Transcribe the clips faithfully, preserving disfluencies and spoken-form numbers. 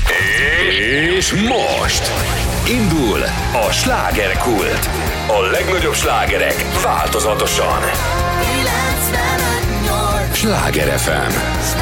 És most indul a slágerkult. A legnagyobb slágerek változatosan. Sláger ef em.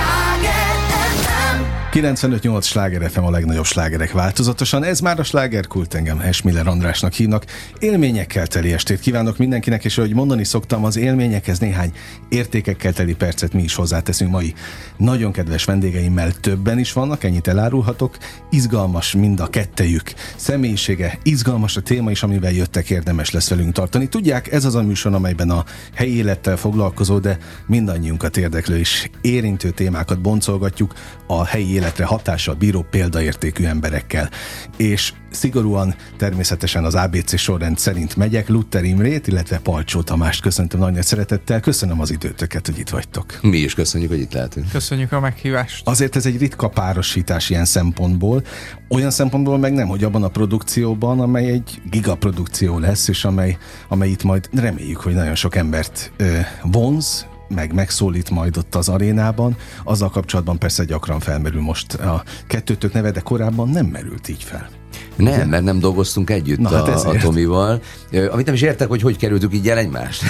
kilencvenöt nyolc Sláger ef em, a legnagyobb slágerek változatosan. Ez már a slágerkult, engem Esmiller Andrásnak hívnak. Élményekkel teli estét kívánok mindenkinek, és ahogy mondani szoktam, az élményekhez néhány értékekkel teli percet mi is hozzáteszünk mai nagyon kedves vendégeimmel. Többen is vannak, ennyit elárulhatok. Izgalmas mind a kettejük személyisége, izgalmas a téma is, amivel jöttek, érdemes lesz velünk tartani. Tudják, ez az a műsor, amelyben a helyi élettel foglalkozó, de mindannyiunkat érdeklő és érintő témákat boncolgatjuk a helyi életre hatással bíró példaértékű emberekkel. És szigorúan természetesen az á bé cé sorrend szerint megyek. Luther Imrét, illetve Palcsó Tamást köszöntöm nagy szeretettel. Köszönöm az időtöket, hogy itt vagytok. Mi is köszönjük, hogy itt lehetünk. Köszönjük a meghívást. Azért ez egy ritka párosítás ilyen szempontból. Olyan szempontból meg nem, hogy abban a produkcióban, amely egy gigaprodukció lesz, és amely, amely itt majd reméljük, hogy nagyon sok embert ö, vonz, meg megszólít majd ott az arénában. Azzal kapcsolatban persze gyakran felmerül most a kettőtök neve, de korábban nem merült így fel. Nem, ugye? Mert nem dolgoztunk együtt. Na, hát a, a Tomival. Amit nem is értek, hogy hogy kerültük így el egymást.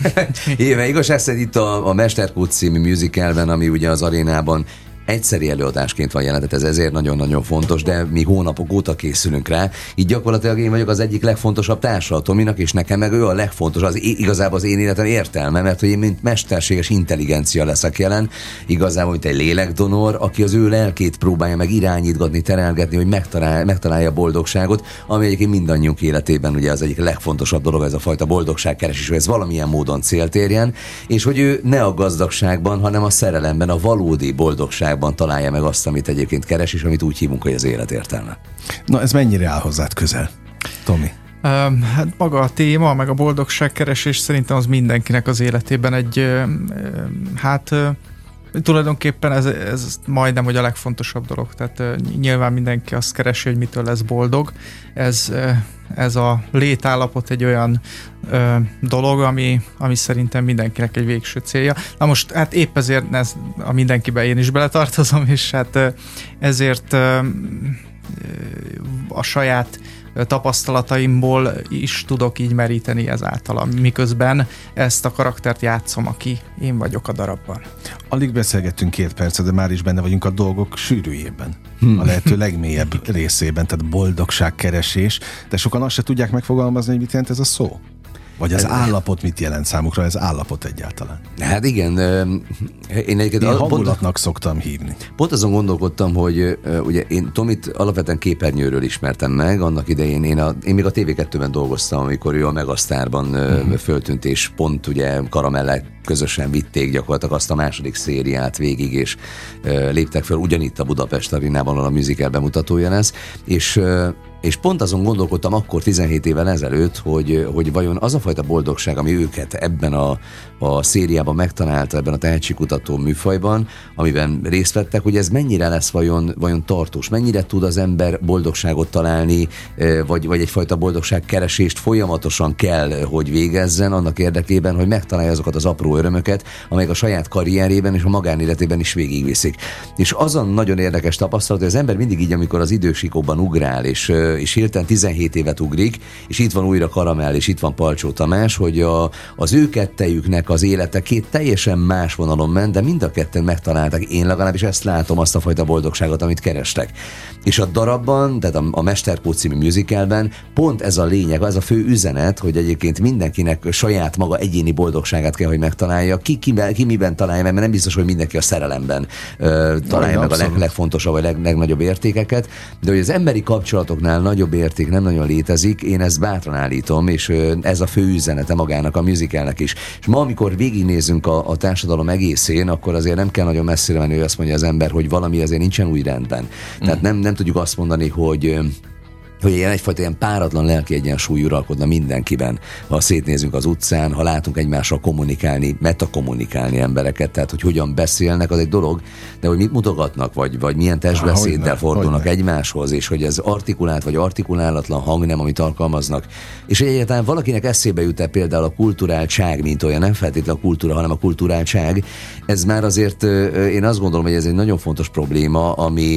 Éve igazság szerint itt a, a Mesterkút című musicalben, ami ugye az arénában egyszeri előadásként van jelentett, ez ezért nagyon-nagyon fontos, de mi hónapok óta készülünk rá. Így gyakorlatilag én vagyok az egyik legfontosabb társa a Tominak, és nekem meg ő a legfontosabb, az igazából az én életem értelme, mert hogy én mint mesterséges intelligencia leszek jelen, igazából mint egy lélekdonor, aki az ő lelkét próbálja meg irányítgatni, terelgetni, hogy megtalálja, megtalálja a boldogságot, ami egyébként mindannyiunk életében ugye az egyik legfontosabb dolog, ez a fajta boldogságkeresés, hogy ez valamilyen módon célt érjen, és hogy ő ne a gazdagságban, hanem a szerelemben, a valódi boldogság találja meg azt, amit egyébként keres, és amit úgy hívunk, hogy az élet értelme. Na, ez mennyire áll hozzád közel, Tomi? Um, hát maga a téma, meg a boldogságkeresés szerintem az mindenkinek az életében egy, uh, hát uh, tulajdonképpen ez, ez majdnem, hogy a legfontosabb dolog. Tehát uh, nyilván mindenki azt keresi, hogy mitől lesz boldog. Ez, uh, ez a létállapot egy olyan uh, dolog, ami, ami szerintem mindenkinek egy végső célja. Na most hát épp ezért ez, a mindenkiben én is beletartozom, és hát uh, ezért uh, a saját tapasztalataimból is tudok így meríteni ezáltal, miközben ezt a karaktert játszom, aki én vagyok a darabban. Alig beszélgettünk két percet, de már is benne vagyunk a dolgok sűrűjében. Hmm. A lehető legmélyebb részében, tehát boldogságkeresés, de sokan azt se tudják megfogalmazni, hogy mit jelent ez a szó. Vagy az ez állapot mit jelent számukra, ez állapot egyáltalán? Hát igen. Én, én hangulatnak pont, szoktam hívni. Pont azon gondolkodtam, hogy ugye én Tomit alapvetően képernyőről ismertem meg, annak idején én, a, én még a té vé kettőben dolgoztam, amikor ő a Megasztárban uh-huh. föltűnt, és pont ugye Karamellák közösen vitték gyakorlatilag azt a második szériát végig, és léptek fel ugyanitt a Budapest Arénában, ahol a musical bemutatója lesz, és És pont azon gondolkodtam akkor tizenhét évvel ezelőtt, hogy, hogy vajon az a fajta boldogság, ami őket ebben a, a szériában megtalálta, ebben a tehetségkutató műfajban, amiben részt vettek, hogy ez mennyire lesz vajon, vajon tartós, mennyire tud az ember boldogságot találni, vagy, vagy egyfajta boldogságkeresést folyamatosan kell, hogy végezzen annak érdekében, hogy megtalálja azokat az apró örömöket, amelyek a saját karrierében és a magánéletében is végigviszik. És azon nagyon érdekes tapasztalat, hogy az ember mindig így, amikor az idősíkóban ugrál, és és hirtelen tizenhét évet ugrik, és itt van újra Karamell, és itt van Palcsó Tamás, hogy a, az ő kettejüknek az élete két teljesen más vonalon ment, de mind a ketten megtalálták, én legalábbis ezt látom, azt a fajta boldogságot, amit kerestek. És a darabban, tehát a, a Mesterkút című musicalben pont ez a lényeg, ez a fő üzenet, hogy egyébként mindenkinek saját maga egyéni boldogságát kell, hogy megtalálja, ki, ki, ki miben találja meg, mert nem biztos, hogy mindenki a szerelemben uh, találja meg abszolút a leg, legfontosabb, vagy leg, legnagyobb értékeket, de hogy az emberi kapcsolatoknál nagyobb érték nem nagyon létezik, én ezt bátran állítom, és ez a fő üzenete magának a musicalnek is. És ma, amikor végignézünk a, a társadalom egészén, akkor azért nem kell nagyon messzire menni, hogy azt mondja az ember, hogy valami azért nincsen új rendben. Mm. Tehát nem, nem tudjuk azt mondani, hogy hogy ilyen egyfajta ilyen páratlan lelki egyensúly uralkodna mindenkiben. Ha szétnézünk az utcán, ha látunk egymással kommunikálni, metakommunikálni embereket, tehát hogy hogyan beszélnek, az egy dolog, de hogy mit mutogatnak, vagy, vagy milyen testbeszéddel fordulnak egymáshoz, és hogy ez artikulált vagy artikulálatlan hangnem, amit alkalmaznak. És egyáltalán valakinek eszébe jut-e például a kulturáltság, mint olyan, nem feltétlenül a kultúra, hanem a kulturáltság. Ez már azért, én azt gondolom, hogy ez egy nagyon fontos probléma, ami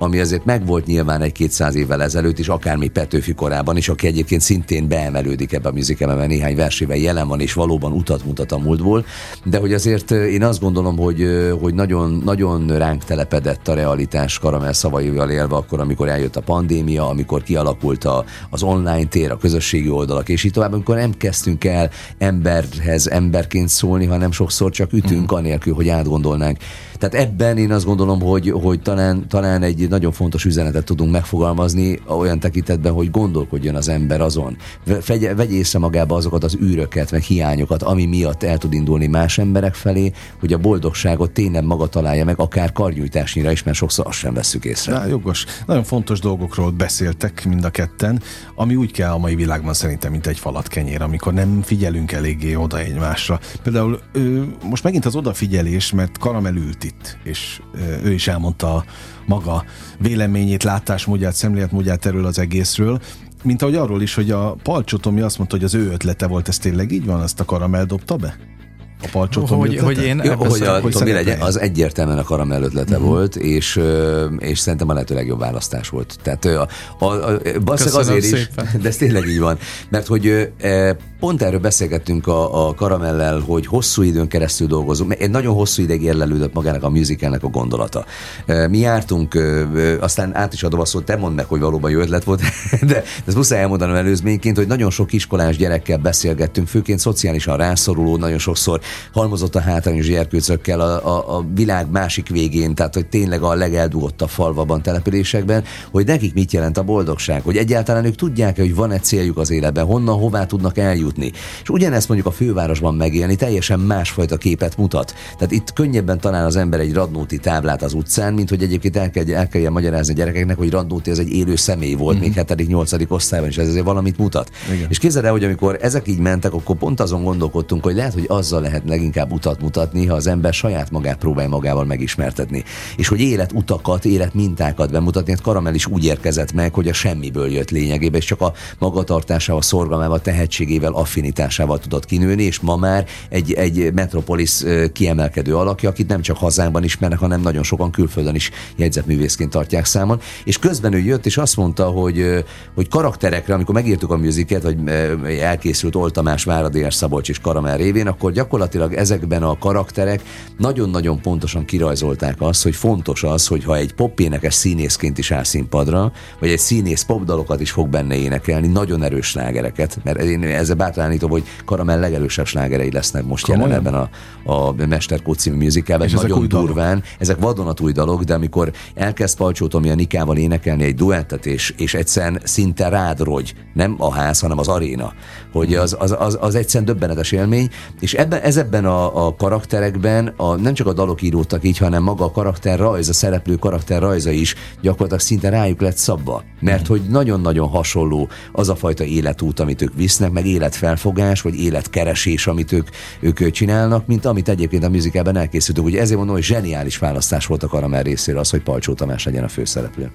ami azért megvolt nyilván egy-kétszáz évvel ezelőtt is, akár még Petőfi korában is, aki egyébként szintén beemelődik ebbe a musicalbe, mert néhány versével jelen van, és valóban utat mutat a múltból, de hogy azért én azt gondolom, hogy, hogy nagyon, nagyon ránk telepedett a realitás Karamell szavaival élve akkor, amikor eljött a pandémia, amikor kialakult a, az online tér, a közösségi oldalak, és így tovább, amikor nem kezdtünk el emberhez emberként szólni, hanem sokszor csak ütünk, anélkül, hogy átgondolnánk. Tehát ebben én azt gondolom, hogy, hogy talán, talán egy nagyon fontos üzenetet tudunk megfogalmazni olyan tekintetben, hogy gondolkodjon az ember azon. Vegye, vegye észre magába azokat az űröket, meg hiányokat, ami miatt el tud indulni más emberek felé, hogy a boldogságot tényleg maga találja meg, akár karnyújtásnyira is, mert sokszor azt sem vesszük észre. Na, jogos. Nagyon fontos dolgokról beszéltek mind a ketten, ami úgy kell a mai világban szerintem, mint egy falat kenyér, amikor nem figyelünk eléggé oda egymásra. Például ő, most megint az odafigyelés, mert Karamell ült itt, és ő is elmondta a maga véleményét, látásmódját, szemléletmódját erről az egészről, mint ahogy arról is, hogy a Palcsó Tomi azt mondta, hogy az ő ötlete volt, ez tényleg így van, azt a Karamell dobta be? A Palcsó Tomi hogy, hogy én Jó, hogy a hogy Tomi legyen, az egyértelműen a Karamell ötlete uh-huh. volt, és, és szerintem a lehető legjobb választás volt. Tehát a, a, a, a azért szépen. is, de ez tényleg így van, mert hogy pont erről beszélgettünk a, a Karamellel, hogy hosszú időn keresztül dolgozunk, egy nagyon hosszú ideig érlelődött magának a musicalnek a gondolata. Mi jártunk, aztán át is adom a szót, te mondd meg, hogy valóban jó ötlet volt, de ezt muszáj elmondanom előzményként, hogy nagyon sok iskolás gyerekkel beszélgettünk, főként szociálisan rászoruló, nagyon sokszor halmozott a hátrányos gyerkőcökkel a, a, a világ másik végén, tehát hogy tényleg a legeldugottabb falvaban, településekben, hogy nekik mit jelent a boldogság, hogy egyáltalán ők tudják, hogy van egy céljuk az életben, honnan, hová tudnak eljutni. És ugyanezt mondjuk a fővárosban megélni teljesen másfajta képet mutat. Tehát itt könnyebben talál az ember egy Radnóti táblát az utcán, mint hogy egyébként el kell, el kell magyarázni a gyerekeknek, hogy Radnóti az egy élő személy volt, mm-hmm. még hetedik-nyolcadik osztályban, és ez azért valamit mutat. Igen. És képzeld el, hogy amikor ezek így mentek, akkor pont azon gondolkodtunk, hogy lehet, hogy azzal lehet leginkább utat mutatni, ha az ember saját magát próbálja magával megismertetni. És hogy életutakat, életmintákat bemutatni, hát Karamell is úgy érkezett meg, hogy a semmiből jött lényegében, és csak a magatartásával, szorgalmával, tehetségével, affinitásával tudott kinőni, és ma már egy, egy metropolis kiemelkedő alakja, akit nem csak hazánkban ismernek, hanem nagyon sokan külföldön is jegyzetművészként tartják számon. És közben ő jött, és azt mondta, hogy, hogy karakterekre, amikor megírtuk a musicalt, vagy elkészült Old Tamás, Váradi és Szabolcs és Karamell révén, akkor gyakorlatilag ezekben a karakterek nagyon-nagyon pontosan kirajzolták azt, hogy fontos az, hogy ha egy popénekes színészként is áll színpadra, vagy egy színész popdalokat is fog benne énekelni, nagyon erős slágereket, mert én ezzel bátránítom, hogy Karamell legerősebb slágerei lesznek most Komolyan? jelen ebben a, a Mesterkód című musicalben, nagyon durván. Dalok. Ezek vadonatúj dalok, de amikor elkezd Palcsó Tomi a Nikával énekelni egy duettet, és, és egyszerűen szinte rád rogy, nem a ház, hanem az aréna, hogy az, az, az, az egyszerűen döbbenetes élmény, és ebben, ez ebben a, a karakterekben a, nem csak a dalok íródtak így, hanem maga a karakterrajz, a szereplő karakterrajza is gyakorlatilag szinte rájuk lett szabva, mert hogy nagyon-nagyon hasonló az a fajta életút, amit ők visznek, meg életfelfogás, vagy életkeresés, amit ők, ők csinálnak, mint amit egyébként a musicalben elkészültünk. Ugye ezért mondom, hogy zseniális választás volt a Karamell részére az, hogy Palcsó Tamás legyen a főszereplő.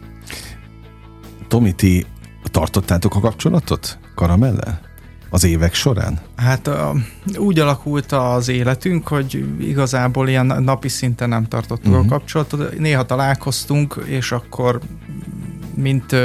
Tomi, ti tartottátok a kapcsolatot Karamellel az évek során? Hát úgy alakult az életünk, hogy igazából ilyen napi szinten nem tartottuk uh-huh. a kapcsolatot. Néha találkoztunk, és akkor mint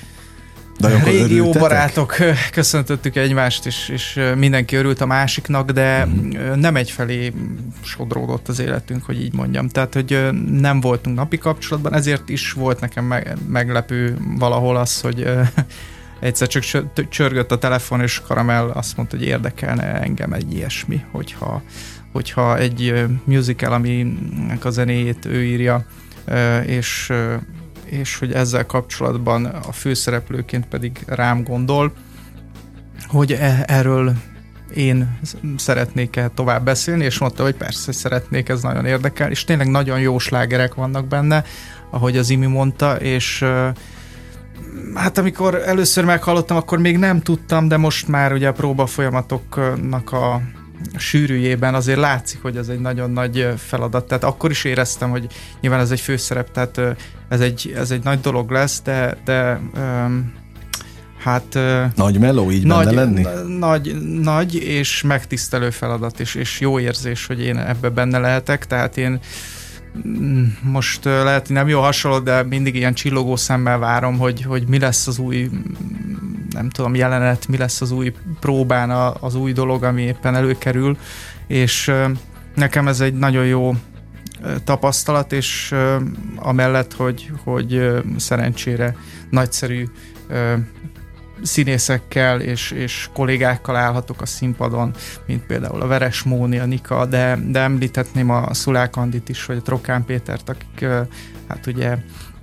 régi jó barátok köszöntöttük egymást, és, és mindenki örült a másiknak, de uh-huh. nem egyfelé sodródott az életünk, hogy így mondjam. Tehát, hogy nem voltunk napi kapcsolatban, ezért is volt nekem meglepő valahol az, hogy egyszer csak csörgött a telefon, és Karamell azt mondta, hogy érdekelne engem egy ilyesmi, hogyha, hogyha egy musical, aminek a zenéjét ő írja, és, és hogy ezzel kapcsolatban a főszereplőként pedig rám gondol, hogy erről én szeretnék tovább beszélni, és mondta, hogy persze szeretnék, ez nagyon érdekel, és tényleg nagyon jó slágerek vannak benne, ahogy az Imi mondta, és hát amikor először meghallottam, akkor még nem tudtam, de most már ugye a próba folyamatoknak a sűrűjében azért látszik, hogy ez egy nagyon nagy feladat. Tehát akkor is éreztem, hogy nyilván ez egy főszerep, tehát ez egy, ez egy nagy dolog lesz, de, de um, hát... Nagy meló így nagy, benne lenni? Nagy, nagy és megtisztelő feladat, és, és jó érzés, hogy én ebbe benne lehetek, tehát én most lehet, hogy nem jó hasonló, de mindig ilyen csillogó szemmel várom, hogy, hogy mi lesz az új, nem tudom, jelenet, mi lesz az új próbán az új dolog, ami éppen előkerül, és nekem ez egy nagyon jó tapasztalat, és amellett, hogy, hogy szerencsére nagyszerű színészekkel és, és kollégákkal állhatok a színpadon, mint például a Veres Móni, a Nika, de, de említhetném a Szulák Andit is, vagy a Trokán Pétert, akik hát ugye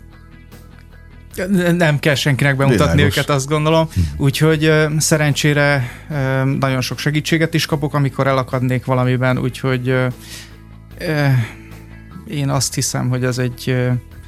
nem kell senkinek bemutatni Világos. Őket, azt gondolom. Úgyhogy szerencsére nagyon sok segítséget is kapok, amikor elakadnék valamiben, úgyhogy én azt hiszem, hogy ez egy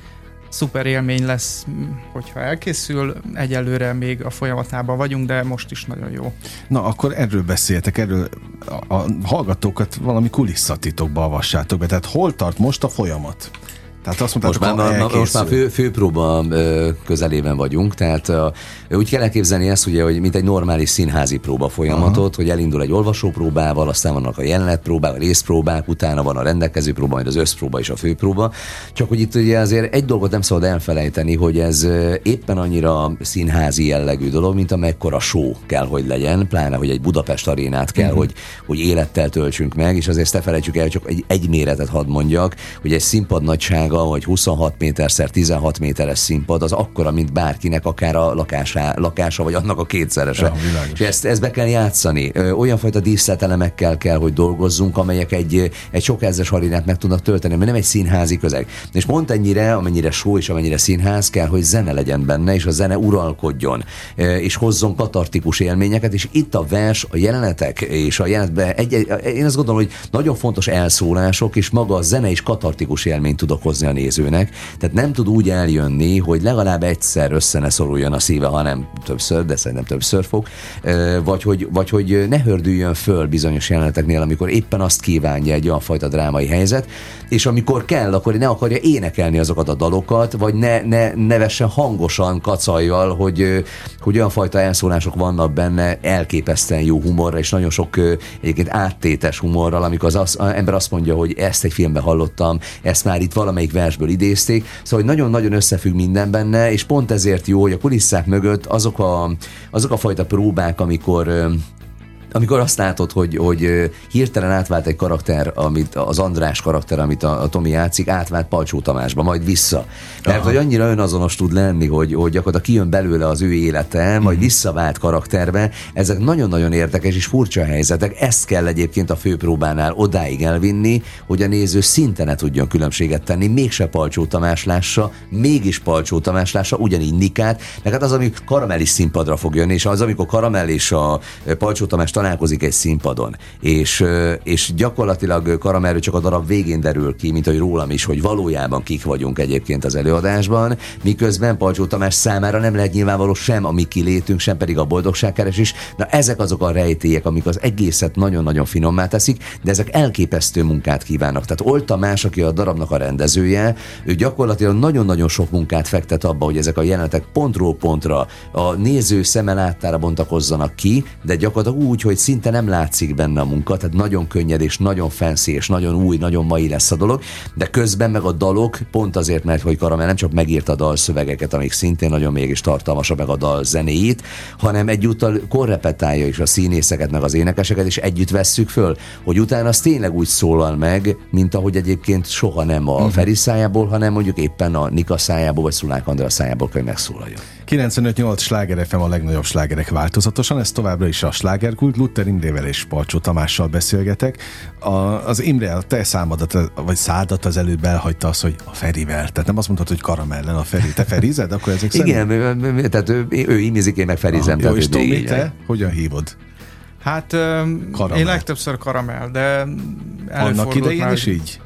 szuper élmény lesz, hogyha elkészül. Egyelőre még a folyamatában vagyunk, de most is nagyon jó. Na, akkor erről beszéltek, erről a, a hallgatókat valami kulisszatitokba avassátok be. Tehát hol tart most a folyamat? Tehát azt mondtátok, most már, ma, most már fő, főpróba közelében vagyunk, tehát úgy kell elképzelni ezt, ugye, hogy mint egy normális színházi próba folyamatot, aha. hogy elindul egy olvasópróbával, aztán vannak a jelenetpróbák, a részpróbák, utána van a rendelkező próba, majd az összpróba és a főpróba. Csak hogy itt ugye azért egy dolgot nem szabad elfelejteni, hogy ez éppen annyira színházi jellegű dolog, mint amekkora show kell, hogy legyen, pláne, hogy egy Budapest arénát kell, uh-huh. hogy, hogy élettel töltsünk meg, és azért ne felejtsük el, csak egy, egy méretet hadd mondjak, hogy egy színpad nagysága, vagy huszonhat méterszer tizenhat méteres színpad, az akkora, mint bárkinek, akár a lakása, lakása vagy annak a kétszerese. Ja, és ezt, ezt be kell játszani. Olyan fajta díszletelemekkel kell, hogy dolgozzunk, amelyek egy, egy sok ezres arénát meg tudnak tölteni, mert nem egy színházi közeg. És pont ennyire, amennyire show és amennyire színház kell, hogy zene legyen benne, és a zene uralkodjon, és hozzon katartikus élményeket, és itt a vers, a jelenetek, és a jelenetben egy, egy, én azt gondolom, hogy nagyon fontos elszólások, és maga a zene is katartikus élményt tudok hozni a nézőnek, tehát nem tud úgy eljönni, hogy legalább egyszer össze ne szoruljon a szíve, hanem többször, de szerintem többször fog, vagy hogy, vagy hogy ne hördüljön föl bizonyos jeleneteknél, amikor éppen azt kívánja egy olyan fajta drámai helyzet, és amikor kell, akkor ne akarja énekelni azokat a dalokat, vagy ne, ne, ne vessen hangosan kacajjal, hogy, hogy olyan fajta elszólások vannak benne, elképesztően jó humorra, és nagyon sok egyébként áttétes humorral, amikor az, az ember azt mondja, hogy ezt egy filmben hallottam, ezt már itt valamelyik versből idézték, szóval nagyon-nagyon összefügg minden benne, és pont ezért jó, hogy a kulisszák mögött azok a, azok a fajta próbák, amikor amikor azt látod, hogy, hogy hirtelen átvált egy karakter, amit az András karakter, amit a, a Tomi játszik, átvált Palcsó Tamásba, majd vissza. Mert aha. hogy annyira önazonos tud lenni, hogy, hogy gyakorlatilag kijön belőle az ő élete, majd visszavált karakterbe. Ezek nagyon-nagyon érdekes és furcsa helyzetek. Ezt kell egyébként a főpróbánál odáig elvinni, hogy a néző szinte ne tudjon különbséget tenni, mégse Palcsó Tamás lássa, mégis Palcsó Tamás lássa, ugyanígy Nikát, meg hát az, ami Karamell is színpadra fog jönni, és az, amikor Karamell és a Palcsó Tamás találkozik egy színpadon, és, és gyakorlatilag Karamellről csak a darab végén derül ki, mint hogy rólam is, hogy valójában kik vagyunk egyébként az előadásban, miközben Palcsó Tamás számára nem lehet nyilvánvaló sem a mi kilétünk, sem pedig a boldogságkeresés. Na ezek azok a rejtélyek, amik az egészet nagyon-nagyon finommá teszik, de ezek elképesztő munkát kívánnak. Tehát Old Tamás, aki a darabnak a rendezője, ő gyakorlatilag nagyon-nagyon sok munkát fektet abba, hogy ezek a jelenetek pontról pontra a néző szeme láttára bontakozzanak ki, de gyakorlatilag úgy, hogy szinte nem látszik benne a munka, tehát nagyon könnyed és nagyon fancy és nagyon új, nagyon mai lesz a dolog, de közben meg a dalok, pont azért, mert hogy Karamell nem csak megírta a dalszövegeket, amik szintén nagyon mégis tartalmasabb, meg a dal zenéit, hanem egyúttal korrepetálja is a színészeket, meg az énekeseket, és együtt vesszük föl, hogy utána az tényleg úgy szólal meg, mint ahogy egyébként soha nem a uh-huh. Feri szájából, hanem mondjuk éppen a Nika szájából, vagy Szulák András szájából kell megszólaljon. kilencvenöt nyolc Sláger ef em, a legnagyobb slágerek változatosan, ez továbbra is a Slágerkult, Luther Imrével és Palcsó Tamással beszélgetek. A, az Imre, a te számadat, vagy szádat az előbb elhagyta az, hogy a Ferivel, tehát nem azt mondtad, hogy Karamellen a Feri. Te ferized? Akkor ezek igen, szerint... tehát ő, ő imizik, én meg ferizem. Jó, és Tomi, te hogyan hívod? Hát Karamell. Én legtöbbször Karamell, de annak idején már... is így?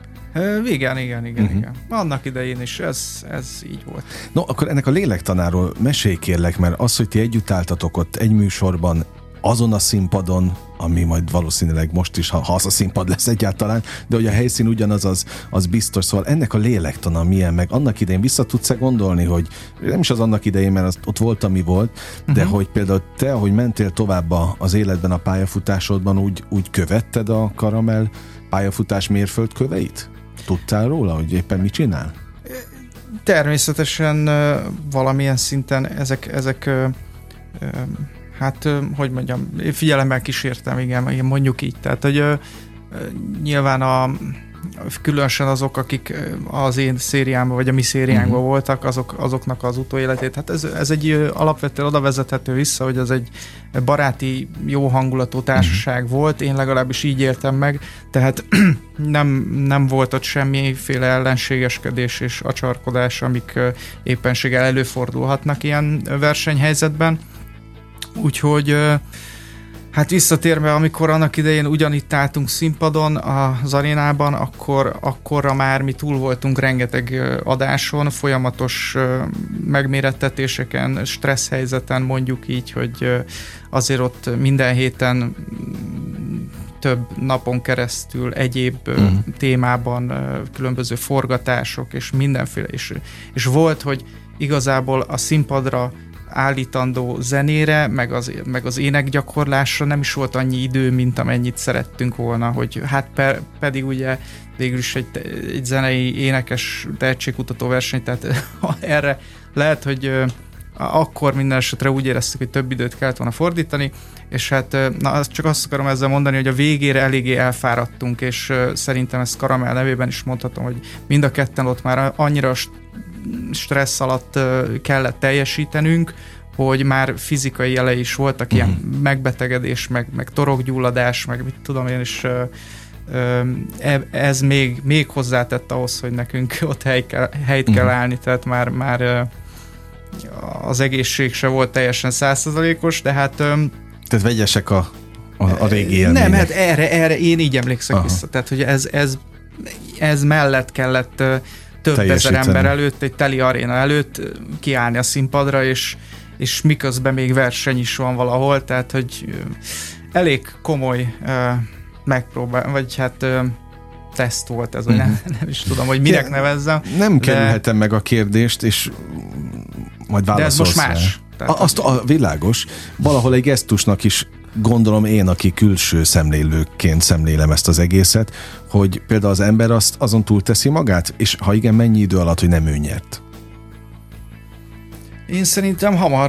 Igen, igen, igen, uh-huh. igen. Annak idején is ez, ez így volt. No, akkor ennek a lélektanáról mesélj kérlek, mert az, hogy ti együtt álltatok ott egy műsorban, azon a színpadon, ami majd valószínűleg most is, ha, ha az a színpad lesz egyáltalán, de hogy a helyszín ugyanaz, az, az biztos. Szóval ennek a lélektana milyen, meg annak idején vissza tudsz-e gondolni, hogy nem is az annak idején, mert az, ott volt, ami volt, de uh-huh. hogy például te, ahogy mentél tovább az életben, a pályafutásodban, úgy, úgy követted a Karamell pályafutás mérföldköveit? Tudtál róla, hogy éppen mit csinál? Természetesen valamilyen szinten ezek, ezek hát, hogy mondjam, figyelemmel kísértem, igen, igen, mondjuk így. Tehát, hogy nyilván a különösen azok, akik az én szériámban, vagy a mi szériánkban uh-huh. voltak, azok, azoknak az utóéletét. Hát ez, ez egy alapvetően oda vezethető vissza, hogy ez egy baráti, jó hangulatú társaság uh-huh. volt, én legalábbis így éltem meg, tehát nem, nem volt ott semmiféle ellenségeskedés és acsarkodás, amik éppenséggel előfordulhatnak ilyen versenyhelyzetben. Úgyhogy hát visszatérve, amikor annak idején ugyanitt álltunk színpadon az arénában, akkor, akkorra már mi túl voltunk rengeteg adáson, folyamatos megmérettetéseken, stressz helyzeten, mondjuk így, hogy azért ott minden héten több napon keresztül egyéb uh-huh. témában különböző forgatások és mindenféle. És, és volt, hogy igazából a színpadra állítandó zenére, meg az, meg az énekgyakorlásra nem is volt annyi idő, mint amennyit szerettünk volna, hogy hát per, pedig ugye végül is egy, egy zenei énekes tehetségkutató verseny, tehát erre lehet, hogy akkor minden esetre úgy éreztük, hogy több időt kellett volna fordítani, és hát na, csak azt akarom ezzel mondani, hogy a végére eléggé elfáradtunk, és szerintem ezt Karamell nevében is mondhatom, hogy mind a ketten ott már annyira stressz alatt kellett teljesítenünk, hogy már fizikai jelei is voltak, uh-huh. ilyen megbetegedés, meg, meg torokgyulladás, meg mit tudom én, és ez még, még hozzátett ahhoz, hogy nekünk ott hely kell, helyt uh-huh. kell állni, tehát már, már az egészség se volt teljesen százszerzalékos, de hát... Tehát vegyesek a, a, a régi élmények. Nem, hát erre, erre én így emlékszek Aha. vissza, tehát hogy ez, ez, ez mellett kellett több ezer ember előtt, egy teli aréna előtt kiállni a színpadra, és, és miközben még verseny is van valahol, tehát hogy elég komoly uh, megpróbál, vagy hát uh, teszt volt ez, vagy nem, nem is tudom, hogy minek nevezzem. Nem de... kerülhetem meg a kérdést, és majd válaszolsz. De ez most más. A, azt a világos, valahol egy gesztusnak is gondolom én, aki külső szemlélőként szemlélem ezt az egészet, hogy például az ember azt azon túlteszi magát, és ha igen, mennyi idő alatt, hogy nem ő nyert? Én szerintem hamar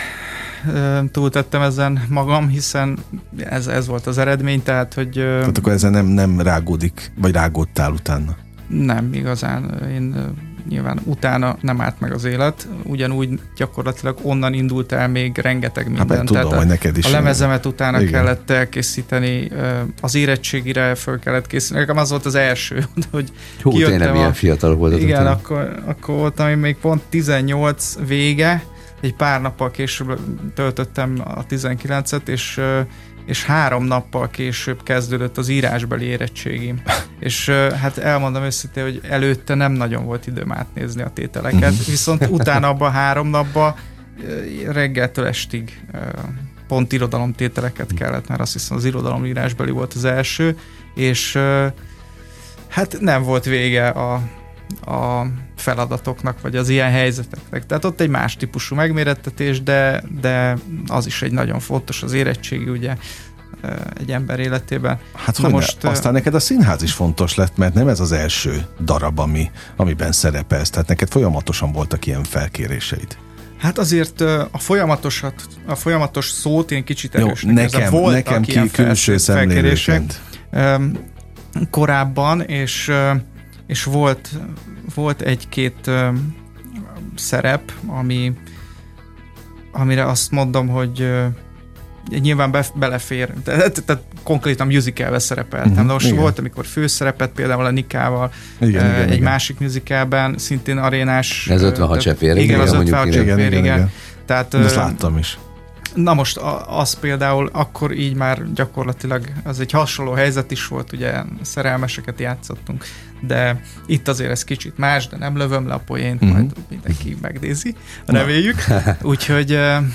ö, túltettem ezen magam, hiszen ez, ez volt az eredmény, tehát hogy... Ö, tehát akkor ezen nem, nem rágódik, vagy rágódtál utána? Nem, igazán. Én ö, nyilván utána nem állt meg az élet, ugyanúgy gyakorlatilag onnan indult el még rengeteg minden. Hát, tudom, tehát hogy neked is a lemezemet utána igen. kellett elkészíteni, az érettségire föl kellett készíteni. Nekem az volt az első, hogy Hú, tényleg milyen fiatal voltatok. Igen, akkor, akkor voltam én még pont tizennyolc vége, egy pár nappal később töltöttem a tizenkilencet, és és három nappal később kezdődött az írásbeli érettségim. És hát elmondom őszintén, hogy előtte nem nagyon volt időm átnézni a tételeket, viszont utána abban három napban reggeltől estig pont irodalomtételeket kellett, mert azt hiszem az irodalomírásbeli volt az első, és hát nem volt vége a, a feladatoknak, vagy az ilyen helyzeteknek. Tehát ott egy más típusú megmérettetés, de, de az is egy nagyon fontos, az érettségi ugye egy ember életében. Hát hogy most, aztán neked a színház is fontos lett, mert nem ez az első darab, ami, amiben szerepelsz, tehát neked folyamatosan voltak ilyen felkéréseid. Hát azért a folyamatosat, a folyamatos szót én kicsit erősnek. Nekem, nekem ki külső szemlélőként. Korábban, és, és volt, volt egy-két szerep, ami, amire azt mondom, hogy nyilván be, belefér. Tehát, tehát konkrétan musicalbe szerepeltem. Uh-huh, de most igen. volt, amikor főszerepet például a Nikával igen, uh, igen, egy igen. másik musicalben, szintén arénás. Ez ötvenhat cseppér. Igen, az ötvenhat cseppér, igen. igen, igen. Tehát, ezt láttam is. Na most az például akkor így már gyakorlatilag az egy hasonló helyzet is volt, ugye szerelmeseket játszottunk, de itt azért ez kicsit más, de nem lövöm le a poént, uh-huh. majd mindenki megnézi, reméljük. Úgyhogy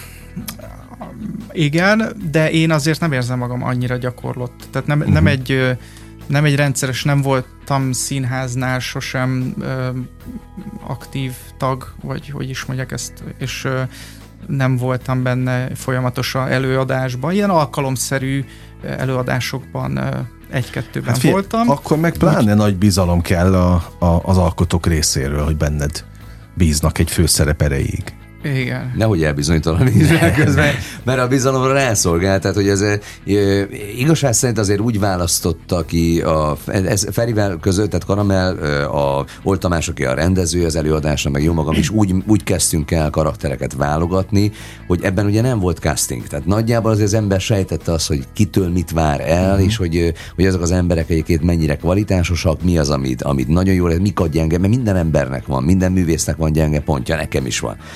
igen, de én azért nem érzem magam annyira gyakorlott. Tehát nem, uh-huh. nem, egy, nem egy rendszeres, nem voltam színháznál sosem ö, aktív tag, vagy hogy is mondják ezt, és ö, nem voltam benne folyamatosan előadásban. Ilyen alkalomszerű előadásokban ö, egy-kettőben hát voltam. Akkor meg pláne úgy... nagy bizalom kell a, a, az alkotók részéről, hogy benned bíznak egy főszerep erejéig. Igen. Nehogy elbizonytalan közben, mert a bizalomra rászolgál, tehát hogy ez e, igazság szerint azért úgy választotta ki a ez Ferivel között, tehát Karamell, a Old Tamás, aki a rendező az előadásra, meg jó magam is úgy, úgy kezdtünk el karaktereket válogatni, hogy ebben ugye nem volt casting, tehát nagyjából azért az ember sejtette azt, hogy kitől mit vár el, uh-huh. és hogy, hogy ezek az emberek egyébként mennyire kvalitásosak, mi az, amit, amit nagyon jól, mik a gyenge, mert minden embernek van, minden művésznek van gyenge pontja, nekem is van.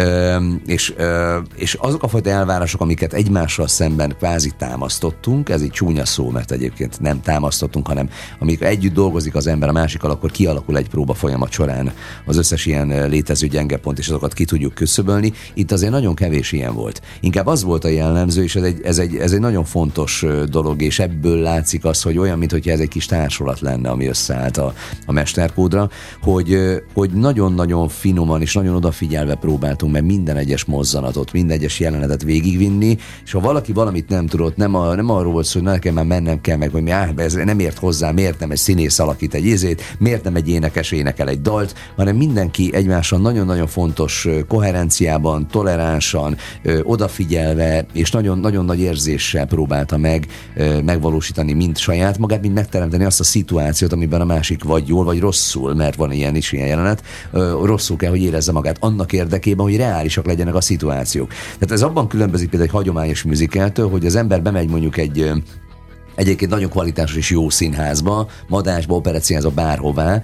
És, és azok a fajta elvárások, amiket egymással szemben kvázi támasztottunk, ez egy csúnya szó, mert egyébként nem támasztottunk, hanem amikor együtt dolgozik az ember a másikkal, akkor kialakul egy próba folyamat során az összes ilyen létező gyenge pont, és azokat ki tudjuk küszöbölni. Itt azért nagyon kevés ilyen volt. Inkább az volt a jellemző, és ez egy, ez egy, ez egy nagyon fontos dolog, és ebből látszik az, hogy olyan, mintha ez egy kis társulat lenne, ami összeállt a, a mesterkódra, hogy, hogy nagyon-nagyon finoman és nagyon odafigyelve próbáltunk meg minden egyes mozzanatot, minden egyes jelenetet végigvinni, és ha valaki valamit nem tudott, nem, a, nem arról volt szó, hogy nekem már mennem kell meg, hogy mi, áh, ez nem ért hozzá, miért nem egy színész alakít egy izét, miért nem egy énekes énekel egy dalt, hanem mindenki egymással nagyon-nagyon fontos koherenciában, toleránsan, odafigyelve, és nagyon-nagyon nagy érzéssel próbálta meg megvalósítani mind saját magát, mind megteremteni azt a szituációt, amiben a másik vagy jól, vagy rosszul, mert van ilyen is, ilyen jelenet, rosszul kell, hogy érezze magát annak érdekében, hogy reálisak legyenek a szituációk. Tehát ez abban különbözik például egy hagyományos musicaltől, hogy az ember bemegy mondjuk egy egyébként nagyon kvalitásos és jó színházba, Madásba, Operettszínházba, bárhová,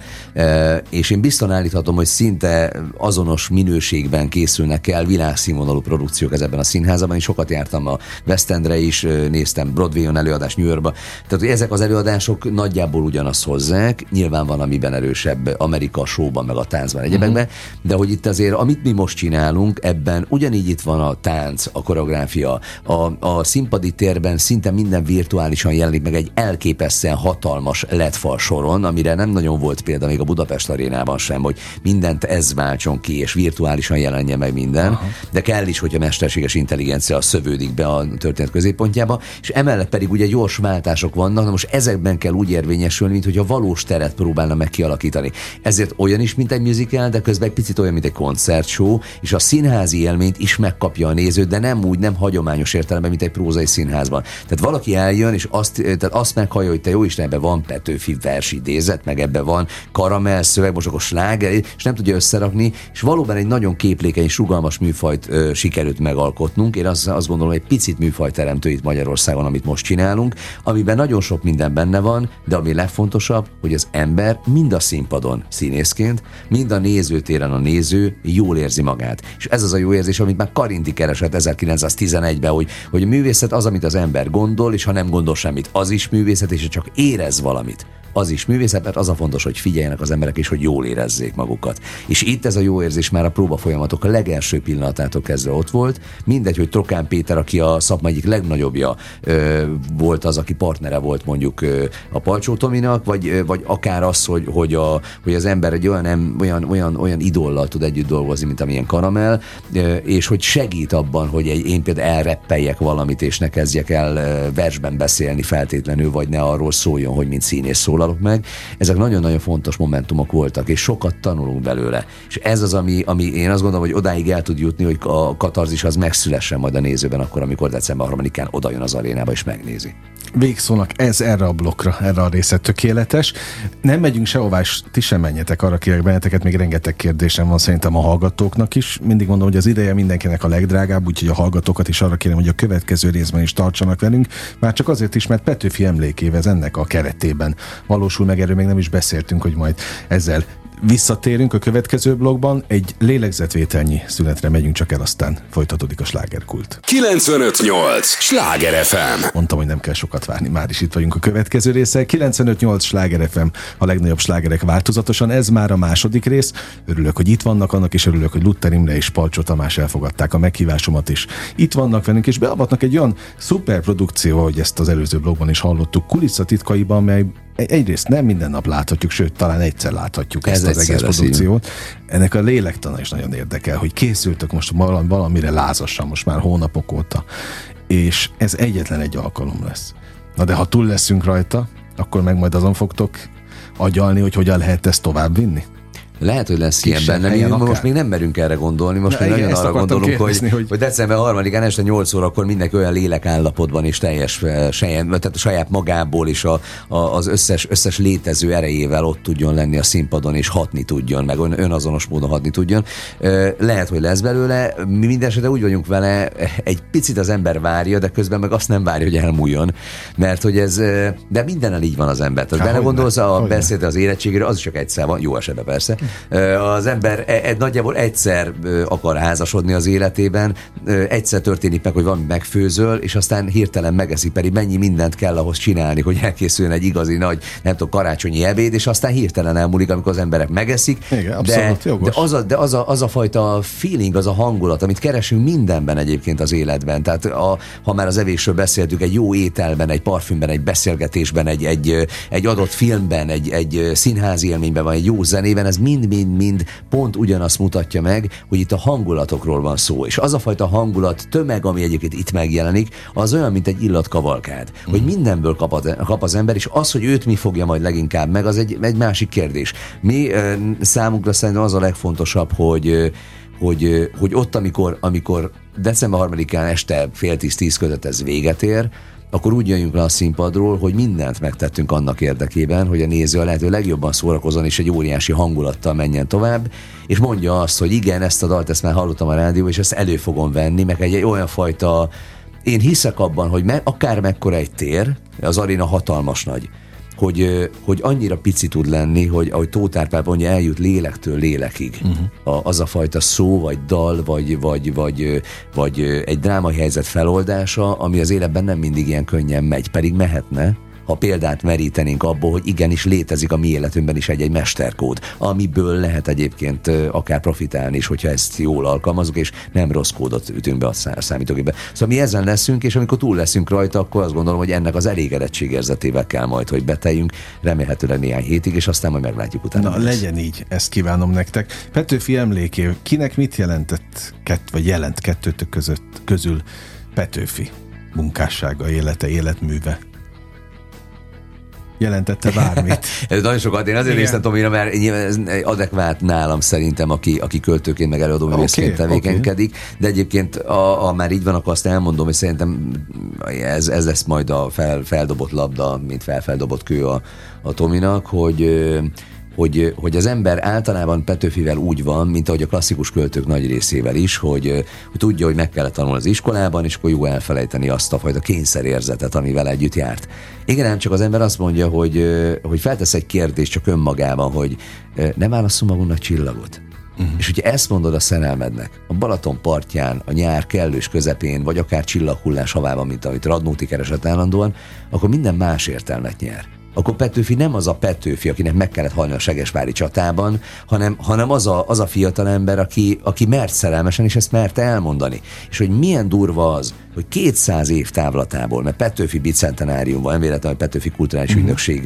és én biztosan állíthatom, hogy szinte azonos minőségben készülnek el világszínvonalú produkciók ezekben a színházban. Én sokat jártam a West Endre is, néztem Broadway-on előadás New Yorkba. Tehát ezek az előadások nagyjából ugyanazt hozzák, nyilván van, amiben erősebb Amerika a showban, meg a táncban, egyebekben, uh-huh. de hogy itt azért, amit mi most csinálunk, ebben ugyanígy itt van a tánc, a koreográfia, a, a színpadi térben szinte minden virtuálisan jelenik meg egy elképesztően hatalmas el é dé-fal soron, amire nem nagyon volt példa még a Budapest arénában sem, hogy mindent ez váltson ki, és virtuálisan jelenje meg minden, aha. de kell is, hogy a mesterséges intelligencia szövődik be a történet középpontjába, és emellett pedig ugye gyors váltások vannak, na most ezekben kell úgy érvényesülni, mint hogy a valós teret próbálna meg kialakítani. Ezért olyan is, mint egy musical, de közben egy picit olyan, mint egy koncertshow, és a színházi élményt is megkapja a néző, de nem úgy, nem hagyományos értelemben, mint egy prózai színházban. Tehát valaki eljön, és azt tehát azt meghallja, hogy te jó Isten, ebben van Petőfi versidézet, meg ebben van Karamell szöveg, most akkor sláger, és nem tudja összerakni, és valóban egy nagyon képlékeny, rugalmas műfajt ö, sikerült megalkotnunk. Én azt, azt gondolom, egy picit műfajteremtő itt Magyarországon, amit most csinálunk, amiben nagyon sok minden benne van, de ami legfontosabb, hogy az ember mind a színpadon színészként, mind a nézőtéren a néző jól érzi magát. És ez az a jó érzés, amit már Karinti keresett ezerkilencszáztizenegyben, hogy, hogy a művészet az, amit az ember gondol, és ha nem gondol semmit, az is művészet, és csak érez valamit, az is művészet, mert az a fontos, hogy figyeljenek az emberek, és hogy jól érezzék magukat. És itt ez a jó érzés már a próbafolyamatok a legelső pillanatától kezdve ott volt. Mindegy, hogy Trokán Péter, aki a szakma egyik legnagyobbja ö, volt az, aki partnere volt mondjuk ö, a Palcsó Tominak, vagy, ö, vagy akár az, hogy, hogy, a, hogy az ember egy olyan, em, olyan, olyan, olyan idollal tud együtt dolgozni, mint amilyen Karamell, ö, és hogy segít abban, hogy egy, én például elreppeljek valamit, és ne kezdjek el ö, versben beszélni feltétlenül, vagy ne arról szóljon, hogy mint színész szólalok meg. Ezek nagyon-nagyon fontos momentumok voltak, és sokat tanulunk belőle. És ez az, ami, ami én azt gondolom, hogy odáig el tud jutni, hogy a katarzis az megszülessen majd a nézőben akkor, amikor december harmadikán oda jön az arénába és megnézi. Végszónak ez erre a blokkra, erre a része tökéletes. Nem megyünk sehová, és ti sem menjetek, arra kérek benneteket, még rengeteg kérdésem van szerintem a hallgatóknak is. Mindig mondom, hogy az ideje mindenkinek a legdrágább, úgyhogy a hallgatókat is arra kérem, hogy a következő részben is tartsanak velünk. Már csak azért is, mert Petőfi emlékévez ennek a keretében valósul meg, erről még nem is beszéltünk, hogy majd ezzel visszatérünk a következő blogban, egy lélegzetvételnyi szünetre megyünk csak el, aztán folytatódik a slágerkult. kilencvenöt nyolc Sláger ef em. Mondtam, hogy nem kell sokat várni, már is itt vagyunk a következő része. kilencvenöt nyolc Sláger ef em, a legnagyobb slágerek változatosan, ez már a második rész. Örülök, hogy itt vannak, annak is örülök, hogy Luther Imre és Palcsó Tamás elfogadták a meghívásomat is. Itt vannak velünk, és beavatnak egy olyan szuper produkció, hogy ezt az előző blogban is hallottuk, kulisszatitkaiban, mely egyrészt nem minden nap láthatjuk, sőt, talán egyszer láthatjuk ezt az egész produkciót. Ennek a lélektana is nagyon érdekel, hogy készültök most valamire lázasan, most már hónapok óta, és ez egyetlen egy alkalom lesz. Na de ha túl leszünk rajta, akkor meg majd azon fogtok agyalni, hogy hogyan lehet ezt tovább vinni? Lehet, hogy lesz ilyen benne. Mi most akár. Még nem merünk erre gondolni. Most még nagyon arra gondolunk, hogy, hogy... hogy december harmadikán este nyolc órakor mindenki olyan lélekállapotban és teljes sejen, tehát a saját magából és a, a, az összes, összes létező erejével ott tudjon lenni a színpadon és hatni tudjon, meg önazonos módon hatni tudjon. Lehet, hogy lesz belőle. Mi minden esetre úgy vagyunk vele, egy picit az ember várja, de közben meg azt nem várja, hogy elmúljon. Mert hogy ez, de mindennel így van az ember. Tehát belegondolsz, a beszéd az érettségére, az csak egyszer van, jó esetben persze. Az ember egy, nagyjából egyszer akar házasodni az életében, egyszer történik meg, hogy valami megfőzöl, és aztán hirtelen megeszik, pedig mennyi mindent kell ahhoz csinálni, hogy elkészüljön egy igazi nagy, nem tudom, karácsonyi ebéd, és aztán hirtelen elmúlik, amikor az emberek megeszik. Igen, abszolút, de, de, az, a, de az, a, az a fajta feeling, az a hangulat, amit keresünk mindenben egyébként az életben. Tehát a, ha már az evésről beszéltük, egy jó ételben, egy parfümben, egy beszélgetésben, egy, egy, egy adott filmben, egy, egy színházi élményben, vagy egy jó zenében, ez mind-mind-mind pont ugyanazt mutatja meg, hogy itt a hangulatokról van szó. És az a fajta hangulat, tömeg, ami egyébként itt megjelenik, az olyan, mint egy illatkavalkád. Mm. Hogy mindenből kap az, kap az ember, és az, hogy őt mi fogja majd leginkább meg, az egy, egy másik kérdés. Mi számunkra szerintem az a legfontosabb, hogy hogy, hogy ott, amikor, amikor december harmadikán este fél tíz-tíz között ez véget ér, akkor úgy jöjjünk le a színpadról, hogy mindent megtettünk annak érdekében, hogy a néző a lehető legjobban szórakozzon, és egy óriási hangulattal menjen tovább, és mondja azt, hogy igen, ezt a dalt, ezt már hallottam a rádióban, és ezt elő fogom venni, meg egy, egy olyan fajta, én hiszek abban, hogy me, akár mekkora egy tér, az aréna hatalmas nagy, hogy, hogy annyira pici tud lenni, hogy ahogy Tóth Árpád mondja, eljut lélektől lélekig. Uh-huh. A, az a fajta szó, vagy dal, vagy, vagy, vagy, vagy egy drámai helyzet feloldása, ami az életben nem mindig ilyen könnyen megy, pedig mehetne, ha példát merítenénk abból, hogy igenis létezik a mi életünkben is egy-egy mesterkód, amiből lehet egyébként akár profitálni is, hogyha ezt jól alkalmazunk, és nem rossz kódot ütünk be a számítógépbe. Szóval mi ezen leszünk, és amikor túl leszünk rajta, akkor azt gondolom, hogy ennek az elégedetségérzetével kell majd, hogy beteljünk, remélhetőleg néhány hétig, és aztán majd meglátjuk utána. Na, legyen így, ezt kívánom nektek. Petőfi emléké, kinek mit jelentett, kett, vagy jelent kettőtök között, közül Petőfi munkássága, élete, életműve? Jelentette bármit? Ez nagyon sokat. Én azért néztem Tomira, mert ez adekvát nálam szerintem, aki, aki költőként meg előadóművészként okay, tevékenykedik, okay. De egyébként, ha már így van, akkor azt elmondom, hogy szerintem ez, ez lesz majd a fel, feldobott labda, mint felfeldobott kő a, a Tominak, hogy Hogy, hogy az ember általában Petőfivel úgy van, mint ahogy a klasszikus költők nagy részével is, hogy, hogy tudja, hogy meg kellett tanulni az iskolában, és akkor jó elfelejteni azt a fajta kényszerérzetet, amivel együtt járt. Igen, ám csak az ember azt mondja, hogy, hogy feltesz egy kérdést csak önmagában, hogy nem válasszunk magunknak csillagot. Uh-huh. És hogyha ezt mondod a szerelmednek, a Balaton partján, a nyár kellős közepén, vagy akár csillaghullás havában, mint amit Radnóti keresett állandóan, akkor minden más értelmet nyer. Akkor Petőfi nem az a Petőfi, akinek meg kellett halni a Segesvári csatában, hanem, hanem az, a, az a fiatalember, aki, aki mert szerelmesen, és ezt mert elmondani. És hogy milyen durva az, hogy kétszáz év távlatából, mert Petőfi bicentenárium van, nem véletlenül, hogy Petőfi Kulturális uh-huh. Ügynökség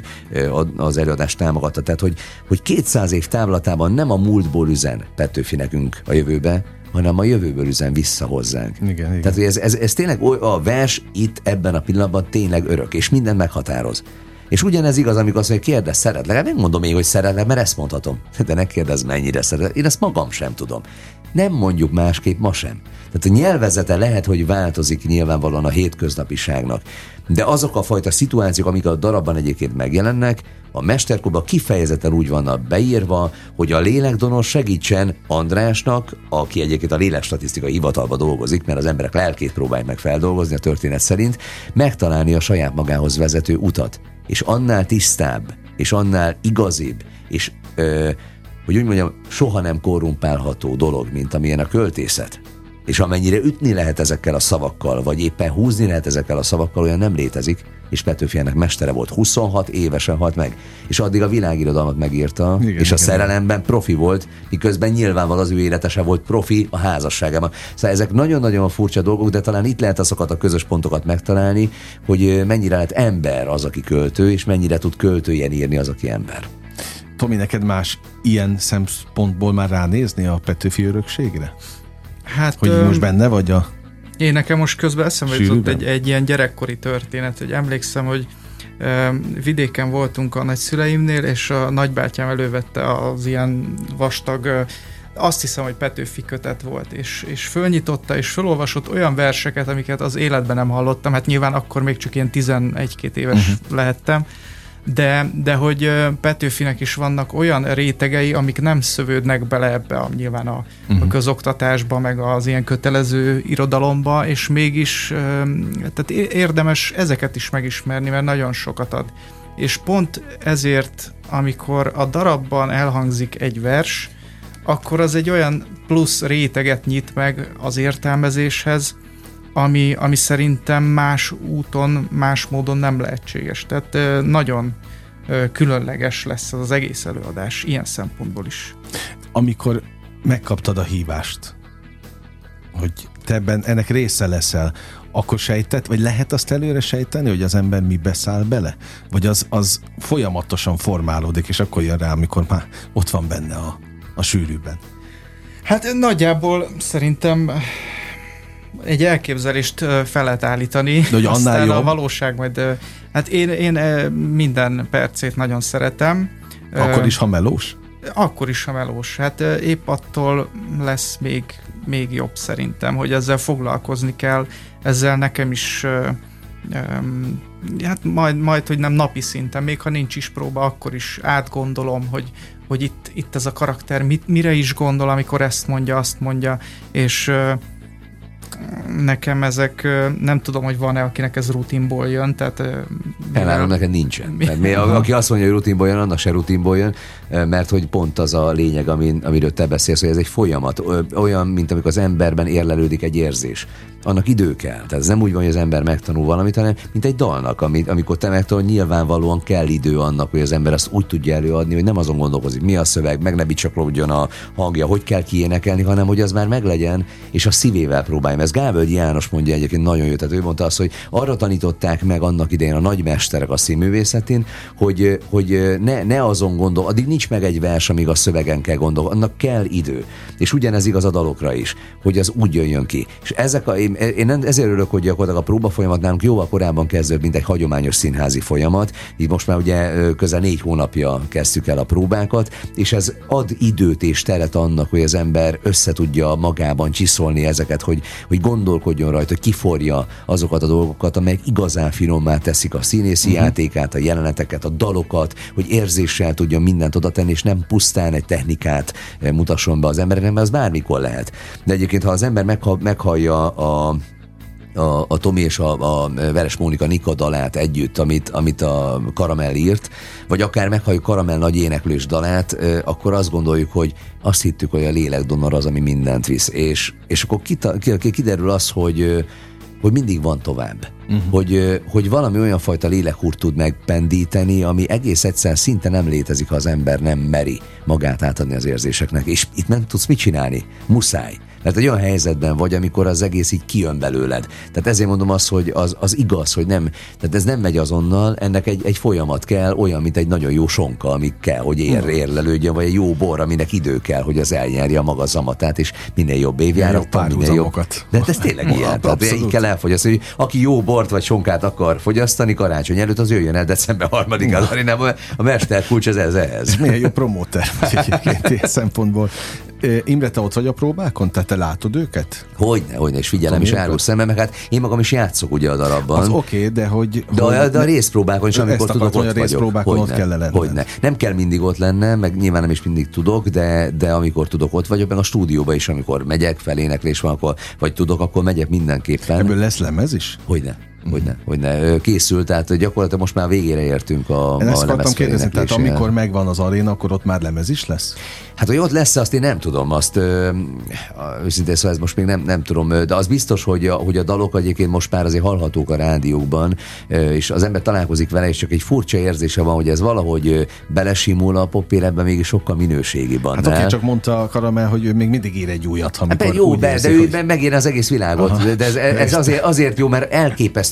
az előadást támogatta, tehát hogy, hogy kétszáz év távlatában nem a múltból üzen Petőfi nekünk a jövőbe, hanem a jövőből üzen vissza hozzánk. Igen, igen. Tehát ez, ez, ez tényleg a vers itt ebben a pillanatban tényleg örök, és mindent meghatároz. És ugyanez igaz, amikor azt mondja, kérdezz, szeretlek. Hát nem mondom még, hogy szeretlek, mert ezt mondhatom. De ne kérdezz, mennyire szeretlek. Én ezt magam sem tudom. Nem mondjuk másképp ma sem. Tehát a nyelvezete lehet, hogy változik nyilvánvalóan a hétköznapiságnak. De azok a fajta szituációk, amik a darabban egyébként megjelennek, a mesterkóban kifejezetten úgy vannak beírva, hogy a lélekdonor segítsen Andrásnak, aki egyébként a lélekstatisztikai hivatalban dolgozik, mert az emberek lelkét próbálják meg feldolgozni a történet szerint, megtalálni a saját magához vezető utat. És annál tisztább, és annál igazibb, és ö, hogy úgy mondjam, soha nem korrumpálható dolog, mint amilyen a költészet. És amennyire ütni lehet ezekkel a szavakkal, vagy éppen húzni lehet ezekkel a szavakkal, olyan nem létezik, és Petőfi ennek mestere volt. huszonhat évesen halt meg, és addig a világirodalmat megírta, igen, és igen, a szerelemben profi volt, miközben nyilvánvalóan az ő élete se volt profi a házasságában. Szóval ezek nagyon-nagyon furcsa dolgok, de talán itt lehet azokat a közös pontokat megtalálni, hogy mennyire lehet ember az, aki költő, és mennyire tud költőjen írni az, aki ember. Tomi, neked más ilyen szempontból már ránézni a Petőfi örökségre? Hát, hogy öm, most benne vagy a... Én nekem most közben eszembe jutott egy, egy ilyen gyerekkori történet, hogy emlékszem, hogy Vidéken voltunk a nagyszüleimnél, és a nagybátyám elővette az ilyen vastag, azt hiszem, hogy Petőfi kötet volt, és, és fölnyitotta, és fölolvasott olyan verseket, amiket az életben nem hallottam, hát nyilván akkor még csak ilyen tizenegy-két éves uh-huh. lehettem, de, de hogy Petőfinek is vannak olyan rétegei, amik nem szövődnek bele ebbe a, nyilván a, uh-huh. a közoktatásba, meg az ilyen kötelező irodalomba, és mégis tehát érdemes ezeket is megismerni, mert nagyon sokat ad. És pont ezért, amikor a darabban elhangzik egy vers, akkor az egy olyan plusz réteget nyit meg az értelmezéshez, ami, ami szerintem más úton, más módon nem lehetséges. Tehát nagyon különleges lesz az egész előadás ilyen szempontból is. Amikor megkaptad a hívást, hogy te ebben ennek része leszel, akkor sejtett, vagy lehet azt előre sejteni, hogy az ember mi beszáll bele? Vagy az, az folyamatosan formálódik, és akkor jön rá, amikor már ott van benne a, a sűrűben? Hát nagyjából szerintem egy elképzelést fel lehet állítani. De hogy annál aztán jobb? A valóság majd... Hát én, én minden percét nagyon szeretem. Akkor is, ha melós? Akkor is, ha melós. Hát épp attól lesz még, még jobb szerintem, hogy ezzel foglalkozni kell. Ezzel nekem is hát majd, majd, hogy nem napi szinten, még ha nincs is próba, akkor is átgondolom, hogy, hogy itt, itt ez a karakter mit, mire is gondol, amikor ezt mondja, azt mondja, és nekem ezek, nem tudom, hogy van-e, akinek ez rutinból jön, tehát... Elvárom, neked nincsen. Mert mi, aki azt mondja, hogy rutinból jön, annak se rutinból jön, mert hogy pont az a lényeg, amin, amiről te beszélsz, hogy ez egy folyamat, olyan, mint amikor az emberben érlelődik egy érzés. Annak idő kell. Tehát ez nem úgy van, hogy az ember megtanul valamit, hanem mint egy dalnak, amit, amikor te megtanul, nyilvánvalóan kell idő annak, hogy az ember azt úgy tudja előadni, hogy nem azon gondolkozik, mi a szöveg, meg ne bicsaklódjon a hangja, hogy kell kiénekelni, hanem hogy az már meglegyen, és a szívével próbálja. Ez Gávölgyi János mondja egyébként nagyon jó, tehát ő mondta azt, hogy arra tanították meg annak idején a nagymesterek a színművészetén, hogy, hogy ne, ne azon gondol, addig nincs meg egy vers, amíg a szövegen kell gondolni, annak kell idő. És ugyanez igaz a dalokra is, hogy az úgy jöjjön ki. És ezek a, én, én ezért örülök, hogy gyakorlatilag a próba folyamat nálunk jóval korábban kezdődött, mint egy hagyományos színházi folyamat. Így most már ugye közel négy hónapja kezdtük el a próbákat, és ez ad időt és teret annak, hogy az ember össze tudja magában csiszolni ezeket, hogy, hogy gondolkodjon rajta, hogy kiforja azokat a dolgokat, amelyek igazán finommá teszik a színészi uh-huh. játékát, a jeleneteket, a dalokat, hogy érzéssel tudjon mindent oda tenni, és nem pusztán egy technikát mutasson be az embernek, mert az bármikor lehet. De egyébként, ha az ember megha- meghallja a A, a Tomi és a, a Veres Mónika Nika dalát együtt, amit, amit a Karamell írt, vagy akár meghalljuk Karamell nagy éneklős dalát, akkor azt gondoljuk, hogy azt hittük, hogy a lélekdonor az, ami mindent visz. És, és akkor kita, kiderül az, hogy, hogy mindig van tovább. Uh-huh. Hogy, hogy valami olyan fajta lélekhúrt tud megpendíteni, ami egész egyszer szinte nem létezik, ha az ember nem meri magát átadni az érzéseknek. És itt nem tudsz mit csinálni. Muszáj. Mert egy olyan helyzetben vagy, amikor az egész így kijön belőled. Tehát ezért mondom azt, hogy az, az igaz, hogy nem, tehát ez nem megy azonnal, ennek egy, egy folyamat kell, olyan, mint egy nagyon jó sonka, ami kell, hogy ér, érlelődjön, vagy egy jó bor, aminek idő kell, hogy az elnyerje a maga zamatát, és minél jobb évjárattal, minél jobb. De ez tényleg ilyen. Tehát így kell elfogyasztani, hogy aki jó bort vagy sonkát akar fogyasztani karácsony előtt, az jöjjön el december harmadikán az arénában, a mesterkulcs ez ez ehhez. Milyen jó promóter egyébként ilyen szempontból. Imre, te ott vagy a próbákon? Tehát te látod őket? Hogyne, hogyne, és figyelem is árul szemben, meg hát én magam is játszok ugye a darabban. Az oké, okay, de hogy... De, hogy a, de a részpróbákon is, amikor tudok, ott a részpróbákon ott kell lennem. Hogyne. Nem kell mindig ott lennem, meg nyilván nem is mindig tudok, de, de amikor tudok, ott vagyok, meg a stúdióba is, amikor megyek, feléneklés van, akkor, vagy tudok, akkor megyek mindenképpen. Ebből lesz lemez is? Hogyne. Hogyne, hogyne. Készült, tehát gyakorlatilag most már végére értünk a, én a ezt akartam kérdezni, tehát amikor megvan az aréna, akkor ott már lemez is lesz? Hát, hogy ott lesz, azt én nem tudom, azt ö, őszintén szóval ez most még nem, nem tudom, de az biztos, hogy a, hogy a dalok egyébként most már azért hallhatók a rádiókban, és az ember találkozik vele, és csak egy furcsa érzése van, hogy ez valahogy belesimul a pop életben, mégis sokkal minőségibb annál. Hát oké, okay, csak mondta a Karamell, hogy ő még mindig ír egy újat, amikor hát, jó, úgy be, érzik, de ő hogy... megírja az egész világot, aha, de ez, ez azért, azért jó, mert elképesztő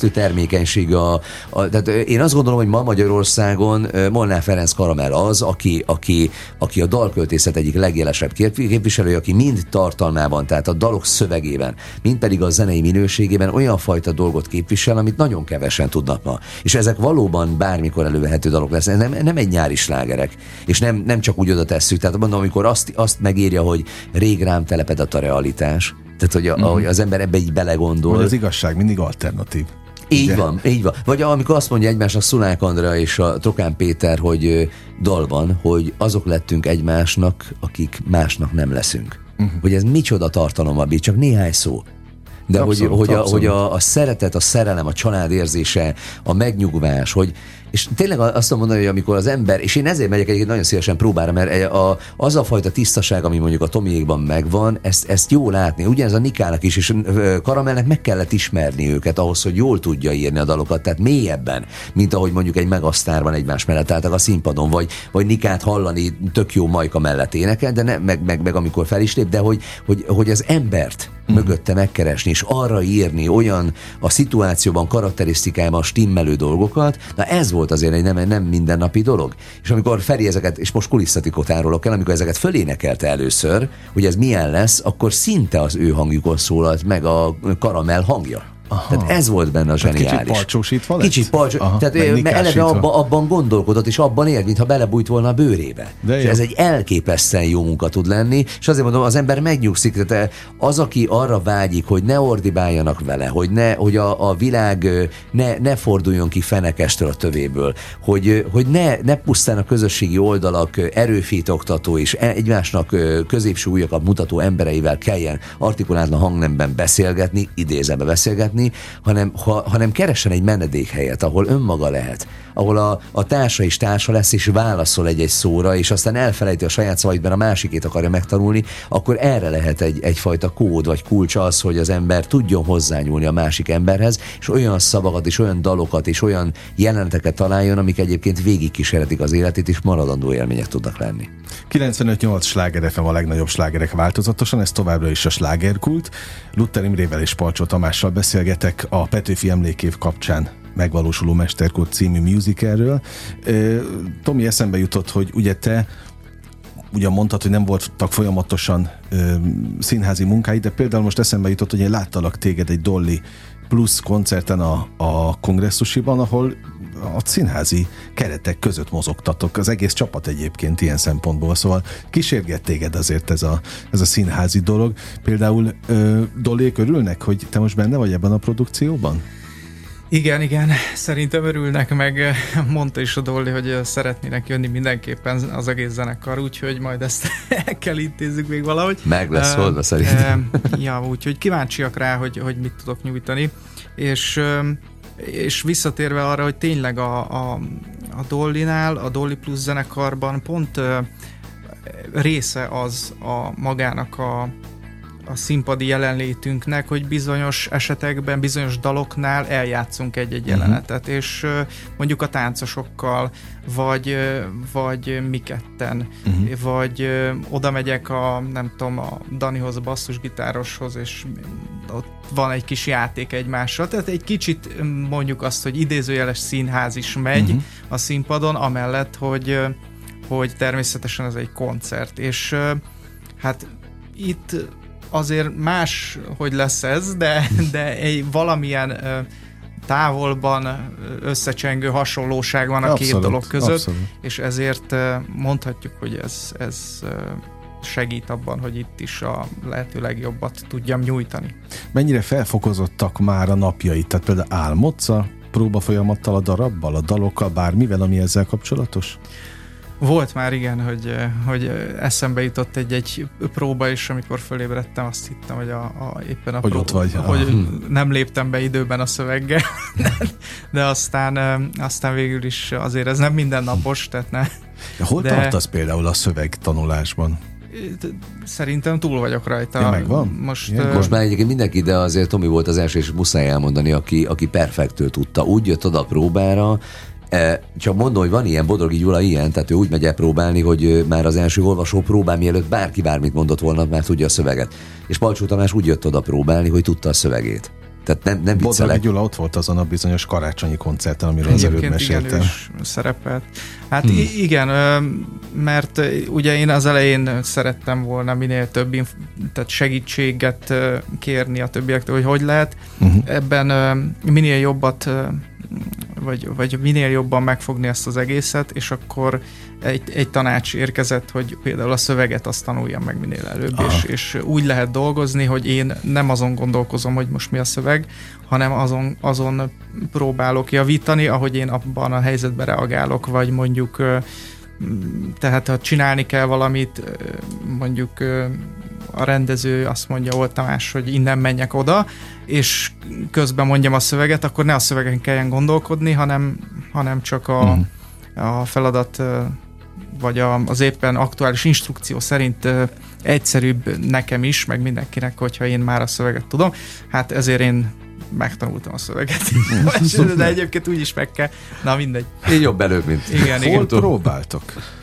elképesztő termékenységű. A, a, tehát én azt gondolom, hogy ma Magyarországon Molnár Ferenc Karamell az, aki, aki, aki a dalköltészet egyik legjelesebb képviselője, aki mind tartalmában, tehát a dalok szövegében, mind pedig a zenei minőségében olyan fajta dolgot képvisel, amit nagyon kevesen tudnak ma. És ezek valóban bármikor elővehető dalok lesz. Nem, nem egy nyári slágerek, és nem, nem csak úgy oda tesszük. Tehát mondom, amikor azt, azt megírja, hogy rég rám telepedett a realitás, tehát hogy, a, mm. ahogy az ember ebbe így belegondol. Vagy az igazság mindig alternatív. Így ugye? van, így van. Vagy amikor azt mondja egymásnak Szulák Andrea és a Trokán Péter, hogy dalban, hogy azok lettünk egymásnak, akik másnak nem leszünk. Uh-huh. Hogy ez micsoda tartalommal bír, csak néhány szó. De abszolút, hogy, hogy, a, hogy a, a szeretet, a szerelem, a család érzése, a megnyugvás, hogy és tényleg azt mondom, hogy amikor az ember, és én ezért megyek egyébként nagyon szívesen próbára, mert a, az a fajta tisztaság, ami mondjuk a Tomiékban megvan, ezt, ezt jó látni. Ugyanez a Nikának is, és Karamellnek meg kellett ismerni őket ahhoz, hogy jól tudja írni a dalokat, tehát mélyebben, mint ahogy mondjuk egy megasztárban egymás mellett álltak a színpadon, vagy, vagy Nikát hallani tök jó Majka mellett énekel, de ne, meg, meg, meg amikor fel is lép, de hogy, hogy, hogy az embert mm. mögötte megkeresni, és arra írni olyan a szituációban, karakterisztikában stimmelő dolgokat, na ez volt azért egy nem, nem mindennapi dolog. És amikor Feri ezeket, és most kulisszatitkot árulok el, amikor ezeket fölénekelte először, hogy ez milyen lesz, akkor szinte az ő hangjukon szólalt meg a Karamell hangja. Aha. Tehát ez volt benne a zseniális. Kicsit palcsósítva lett? Kicsit palcsósítva. Tehát mert eleve abba, abban gondolkodott, és abban élt, mintha belebújt volna a bőrébe. És ez egy elképesztően jó munka tud lenni, és azért mondom, az ember megnyugszik. Tehát az, aki arra vágyik, hogy ne ordibáljanak vele, hogy, ne, hogy a, a világ ne, ne forduljon ki fenekestől a tövéből, hogy, hogy ne, ne pusztán a közösségi oldalak erőfitoktató és egymásnak középső ujjakat mutató embereivel kelljen artikulátlan hangnemben beszélgetni, idézőbe beszélgetni, hanem, ha, hanem keressen egy menedékhelyet, ahol önmaga lehet, ahol a, a társa is társa lesz, és válaszol egy-egy szóra, és aztán elfelejti a saját szavait, mert a másikét akarja megtanulni, akkor erre lehet egy, egyfajta kód, vagy kulcs az, hogy az ember tudjon hozzányúlni a másik emberhez, és olyan szavakat, és olyan dalokat, és olyan jeleneteket találjon, amik egyébként végigkísérhetik az életét, és maradandó élmények tudnak lenni. kilencvenöt nyolc Sláger ef em a legnagyobb slágerek változatosan, ez továbbra is a slágerkult. Luther Imrével és Palcsó Tamással beszélgetek a Petőfi Emlékév kapcsán megvalósuló Mesterkód című musicalről. Tomi, eszembe jutott, hogy ugye te ugyan mondtad, hogy nem voltak folyamatosan ö, színházi munkáid, de például most eszembe jutott, hogy én láttalak téged egy Dolly Plus koncerten a, a kongresszusiban, ahol a színházi keretek között mozogtatok. Az egész csapat egyébként ilyen szempontból, szóval kísérget téged azért ez a, ez a színházi dolog. Például ö, Dollyék örülnek, hogy te most benne vagy ebben a produkcióban? Igen, igen, szerintem örülnek, meg mondta is a Dolly, hogy szeretnének jönni mindenképpen az egész zenekar, úgyhogy majd ezt el kell intézzük még valahogy. Meg lesz oldva szerintem. Ja, úgyhogy kíváncsiak rá, hogy, hogy mit tudok nyújtani, és, és visszatérve arra, hogy tényleg a, a, a Dollynál, a Dolly Plus zenekarban pont része az a magának a a színpadi jelenlétünknek, hogy bizonyos esetekben, bizonyos daloknál eljátszunk egy-egy jelenetet, uh-huh. és mondjuk a táncosokkal, vagy, vagy mi ketten, uh-huh. vagy oda megyek a, nem tudom, a Danihoz, a basszusgitároshoz, és ott van egy kis játék egymással, tehát egy kicsit mondjuk azt, hogy idézőjeles színház is megy uh-huh. a színpadon, amellett, hogy, hogy természetesen ez egy koncert, és hát itt azért más, hogy lesz ez, de, de egy valamilyen ö, távolban összecsengő hasonlóság van a abszolút, két dolog között, abszolút. És ezért ö, mondhatjuk, hogy ez, ez ö, segít abban, hogy itt is a lehető legjobbat tudjam nyújtani. Mennyire felfokozottak már a napjait? Tehát például álmodsz a próbafolyamattal, a darabbal, a dalokkal, bármivel, ami ezzel kapcsolatos? Volt már, igen, hogy, hogy eszembe jutott egy-egy próba is, amikor fölébredtem, azt hittem, hogy a, a, éppen a hogy próba, vagy. hogy ah. nem léptem be időben a szöveggel, de aztán, aztán végül is azért ez nem mindennapos, tehát ne. Ja, hol de... tartasz például a szövegtanulásban? Szerintem túl vagyok rajta. Ja, megvan? Most, uh... Most már egyébként mindenki, de azért Tomi volt az első, és muszáj elmondani, aki, aki perfektől tudta. Úgy jött oda a próbára, csak mondom, hogy van ilyen, Bodrogi Gyula ilyen, tehát ő úgy megy el próbálni, hogy már az első olvasó próbán mielőtt bárki bármit mondott volna, már tudja a szöveget. És Palcsó Tamás úgy jött oda próbálni, hogy tudta a szövegét. Tehát nem, nem viccelek. Bodnari Gyula ott volt azon a bizonyos karácsonyi koncerten, amiről az előbb meséltem. Igen, szerepelt. Hát hmm. igen, mert ugye én az elején szerettem volna minél több inf- tehát segítséget kérni a többiektől, hogy hogy lehet. Uh-huh. Ebben minél jobbat vagy, vagy minél jobban megfogni ezt az egészet, és akkor egy, egy tanács érkezett, hogy például a szöveget azt tanuljam meg minél előbb, és, és úgy lehet dolgozni, hogy én nem azon gondolkozom, hogy most mi a szöveg, hanem azon, azon próbálok javítani, ahogy én abban a helyzetben reagálok, vagy mondjuk tehát ha csinálni kell valamit, mondjuk a rendező azt mondja, Old Tamás, hogy innen menjek oda, és közben mondjam a szöveget, akkor ne a szövegen kelljen gondolkodni, hanem, hanem csak a, mm. a feladat vagy a, az éppen aktuális instrukció szerint egyszerűbb nekem is, meg mindenkinek, hogyha én már a szöveget tudom. Hát ezért én megtanultam a szöveget. De egyébként úgy is meg kell. Na mindegy. Én jobb előbb, mint... Igen, Hol igen. próbáltok?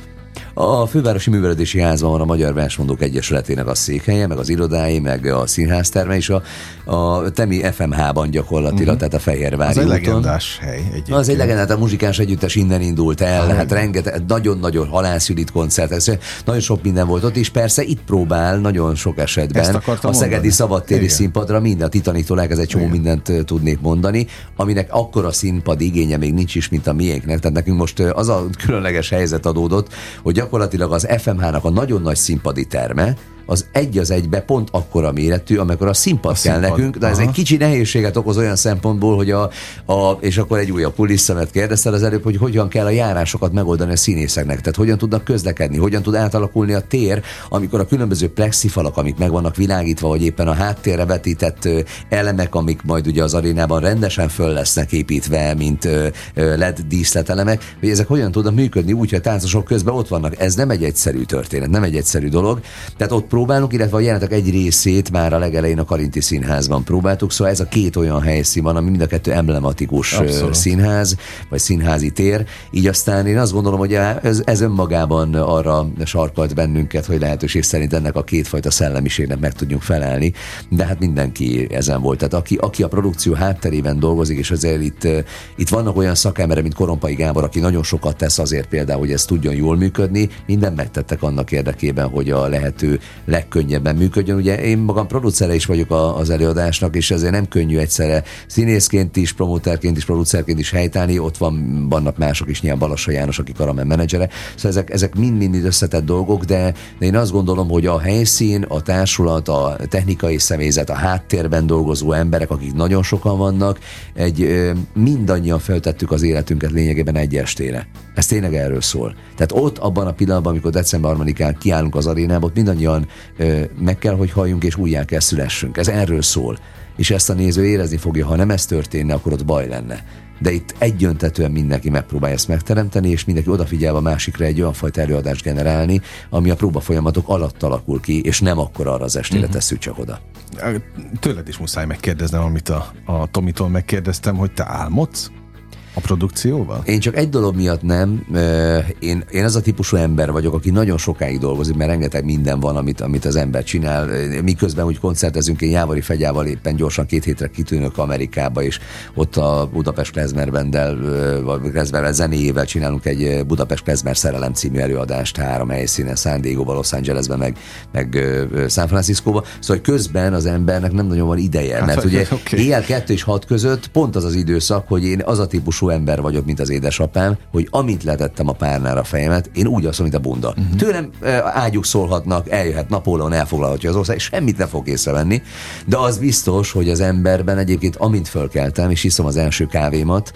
A Fővárosi Művelődési Házban van a Magyar Versmondók Egyesületének a székhelye, meg az irodái, meg a színházterme, és a, a Temi ef em há-ban gyakorlatilag, uh-huh. tehát a Fehérvári úton. Az egy legendás hely egyébként. Az egy legendás, a muzsikáns együttes innen indult el, ah, hát rengeteg, nagyon-nagyon Halász Judit koncert, ez, nagyon sok minden volt ott, és persze itt próbál nagyon sok esetben a Szegedi Szabadtéri színpadra, minden a Titaniktól elkezd egy csomó igen. mindent tudnék mondani, aminek akkora színpad igénye még nincs is, mint a miénknek, tehát nekünk most az a különleges helyzet adódott, hogy gyakorlatilag az ef em há-nak a nagyon nagy színpadi terme, az egy az egybe pont akkora méretű, amikor a színpad a kell színpad. nekünk, de ez aha. egy kicsi nehézséget okoz olyan szempontból, hogy a, a és akkor egy újabb kulisszát kérdezted az előbb, hogy hogyan kell a járásokat megoldani a színészeknek, tehát hogyan tudnak közlekedni, hogyan tud átalakulni a tér, amikor a különböző plexifalak, amik meg vannak világítva, vagy éppen a háttérre vetített elemek, amik majd ugye az arénában rendesen föl lesznek építve, mint el é dé díszletelemek, hogy ezek hogyan tudnak működni úgy, hogy a táncosok közben ott vannak. Ez nem egy egyszerű történet, nem egy egyszerű dolog. Tehát ott próbálunk, illetve a jelenetek egy részét már a legelején a Karinti Színházban próbáltuk, szóval ez a két olyan helyszín van, ami mind a kettő emblematikus abszolút. Színház, vagy színházi tér, így aztán én azt gondolom, hogy ez, ez önmagában arra sarkalt bennünket, hogy lehetőség szerint ennek a kétfajta szellemiségnek meg tudjunk felelni, de hát mindenki ezen volt. Tehát aki, aki a produkció hátterében dolgozik, és azért itt, itt vannak olyan szakemberek, mint Korompai Gábor, aki nagyon sokat tesz azért például, hogy ez tudjon jól működni, mindent megtettek annak érdekében, hogy a lehető legkönnyebben működjön. Ugye én magam producere is vagyok a, az előadásnak, és ezért nem könnyű egyszerre színészként is, promóterként is, producerként is helytállni, ott van, vannak mások is, nyilván Balassa János, aki Karamell menedzsere, szóval ezek, ezek mind-mind összetett dolgok, de, de én azt gondolom, hogy a helyszín, a társulat, a technikai személyzet, a háttérben dolgozó emberek, akik nagyon sokan vannak, egy mindannyian feltettük az életünket lényegében egy estére. Ez tényleg erről szól. Tehát ott, abban a pillanatban, amikor december harmadikán kiállunk az arénába, ott mindannyian ö, meg kell, hogy halljunk, és újjá kell szülessünk. Ez erről szól. És ezt a néző érezni fogja, ha nem ez történne, akkor ott baj lenne. De itt egyöntetően mindenki megpróbálja ezt megteremteni, és mindenki odafigyel a másikra egy olyan fajta előadást generálni, ami a próbafolyamatok alatt alakul ki, és nem akkor arra az estére uh-huh. tesszük csak oda. Tőled is muszáj megkérdeznem, amit a, a Tomitól megkérdeztem, hogy te álmodsz a produkcióval? Én csak egy dolog miatt nem. Én, én az a típusú ember vagyok, aki nagyon sokáig dolgozik, mert rengeteg minden van, amit, amit az ember csinál. Miközben úgy koncertezünk, én Jávari Fegyával éppen gyorsan két hétre kitűnök Amerikába, és ott a Budapest Klezmer Bandel, vagy Klezmer zenéjével csinálunk egy Budapest Klezmer Szerelem című előadást három helyszínen, San Diego-ba, Los Angelesben, meg, meg San Franciscóba. Szóval közben az embernek nem nagyon van ideje, hát, mert ugye okay. éjjel kettő és hat között pont az az időszak, hogy én az a típusú ember vagyok, mint az édesapám, hogy amint letettem a párnára a fejemet, én úgy azt mondom, mint a bunda. Uh-huh. Tőlem ágyuk szólhatnak, eljöhet Napóleon, elfoglalhatja az ország, semmit nem fog észrevenni, de az biztos, hogy az emberben egyébként amint fölkeltem, és iszom az első kávémat,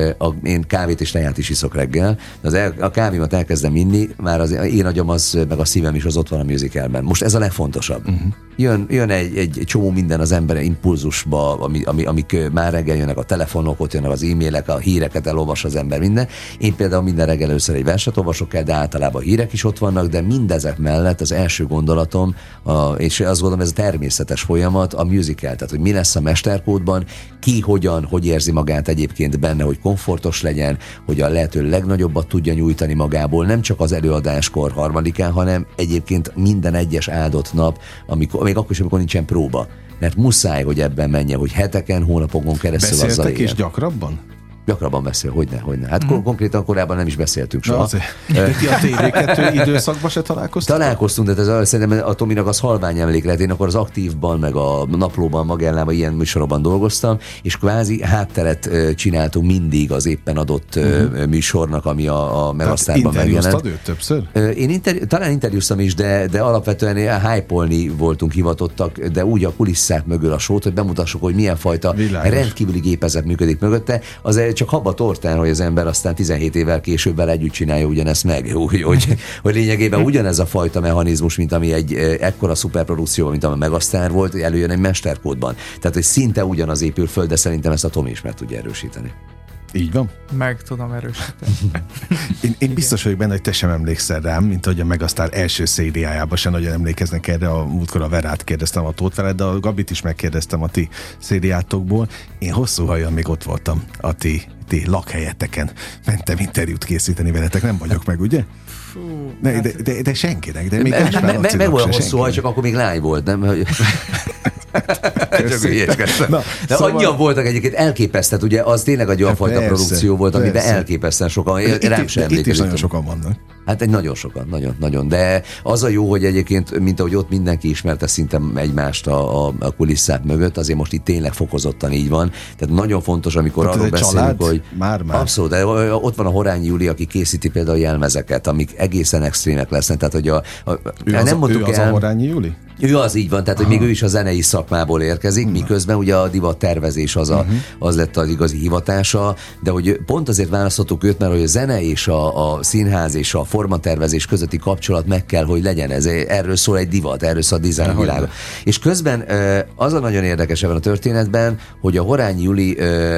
én kávét és teját is iszok reggel, az el, a kávémat elkezdem inni, már az én agyam az, meg a szívem is az ott van a musicalben. Most ez a legfontosabb. Uh-huh. Jön, jön egy, egy csomó minden az ember impulzusba, ami, ami, amik már reggel jönnek, a telefonok, ott jönnek az e-mailek, a híreket elolvas az ember minden. Én például minden reggel először egy verset olvasok el, de általában hírek is ott vannak, de mindezek mellett az első gondolatom, a, és azt gondolom ez a természetes folyamat, a musical, tehát hogy mi lesz a mesterkódban, ki, hogyan, hogy érzi magát egyébként benne, hogy komfortos legyen, hogy a lehető legnagyobbat tudja nyújtani magából, nem csak az előadáskor harmadikán, hanem egyébként minden egyes áldott nap, amikor, még akkor is, amikor nincsen próba. Mert muszáj, hogy ebben menjen, hogy heteken, hónapokon keresztül azzal éljen. Beszéltek is gyakrabban? Gyakrabban beszél, hogyne, hogyne. Hát mm. konkrétan korábban nem is beszéltünk soha. Na, de ti a té vé kettő időszakban se találkoztatok? Találkoztunk, de ez szerintem a Tominak az halvány emlék lehet. Én akkor az Aktívban, meg a Naplóban, Magellában ilyen műsorokban dolgoztam, és kvázi hátteret csináltunk mindig az éppen adott uh-huh. műsornak, ami a, a Megasztárban megjelent. Interjúztad őt többször? Én interjú, talán interjúztam is, de, de alapvetően hype-olni voltunk hivatottak, de úgy a kulisszák mögül a sót, hogy bemutassuk, hogy milyen fajta Világos. rendkívüli gépezet működik mögötte. Az csak haba tortán, hogy az ember aztán tizenhét évvel később vele együtt csinálja ugyanezt meg, hogy, hogy, hogy lényegében ugyanez a fajta mechanizmus, mint ami egy ekkora szuperprodukció, mint ami Megasztár volt, előjön egy mesterkódban. Tehát, hogy szinte ugyanaz épül föl, de szerintem ezt a Tomi is meg tudja erősíteni. Így van? Meg tudom erősíteni. én, én biztos vagyok benne, hogy te sem emlékszel rám, mint ahogy a Megasztár első szériájában sem nagyon emlékeznek erre. A múltkor a Verát kérdeztem a Tóth Verát, de a Gabit is megkérdeztem a ti szériátokból. Én hosszú hajjal még ott voltam a ti, ti lakhelyeteken. Mentem interjút készíteni veletek, nem vagyok meg, ugye? Fú, ne, hát... de, de, de senkinek, de még me, me, me, meg volt a hosszú haj, csak akkor még lány volt, nem? Csak ügyeskedtem. De szóval... annyian voltak egyébként, elképesztett, ugye az tényleg egy olyan fajta produkció volt, persze. amiben elképesztően sokan, itt, rám sem emlékezik. Itt is nagyon sokan vannak. Hát egy nagyon sokan, nagyon, nagyon. De az a jó, hogy egyébként, mint ahogy ott mindenki ismerte szinte egymást a, a, a kulisszák mögött, azért most itt tényleg fokozottan így van. Tehát nagyon fontos, amikor ott arról beszélünk, család? hogy... Már, már. Abszolút, de ott van a Horányi Júli, aki készíti például a jelmezeket, amik egészen extrémek lesznek. Tehát, hogy a, a, ő nem az, mondtuk ő el, az a Horányi Júli? Ő az így van, tehát hogy még ő is a zenei szakmából érkezik, uh-huh. miközben ugye a divat tervezés az, a, uh-huh. az lett az igazi hivatása, de hogy pont azért választottuk őt, mert hogy a zene és a, a színház és a formatervezés közötti kapcsolat meg kell, hogy legyen. Ez, erről szól egy divat, erről szól a design világa. És közben az a nagyon érdekes ebben a történetben, hogy a Horányi Júli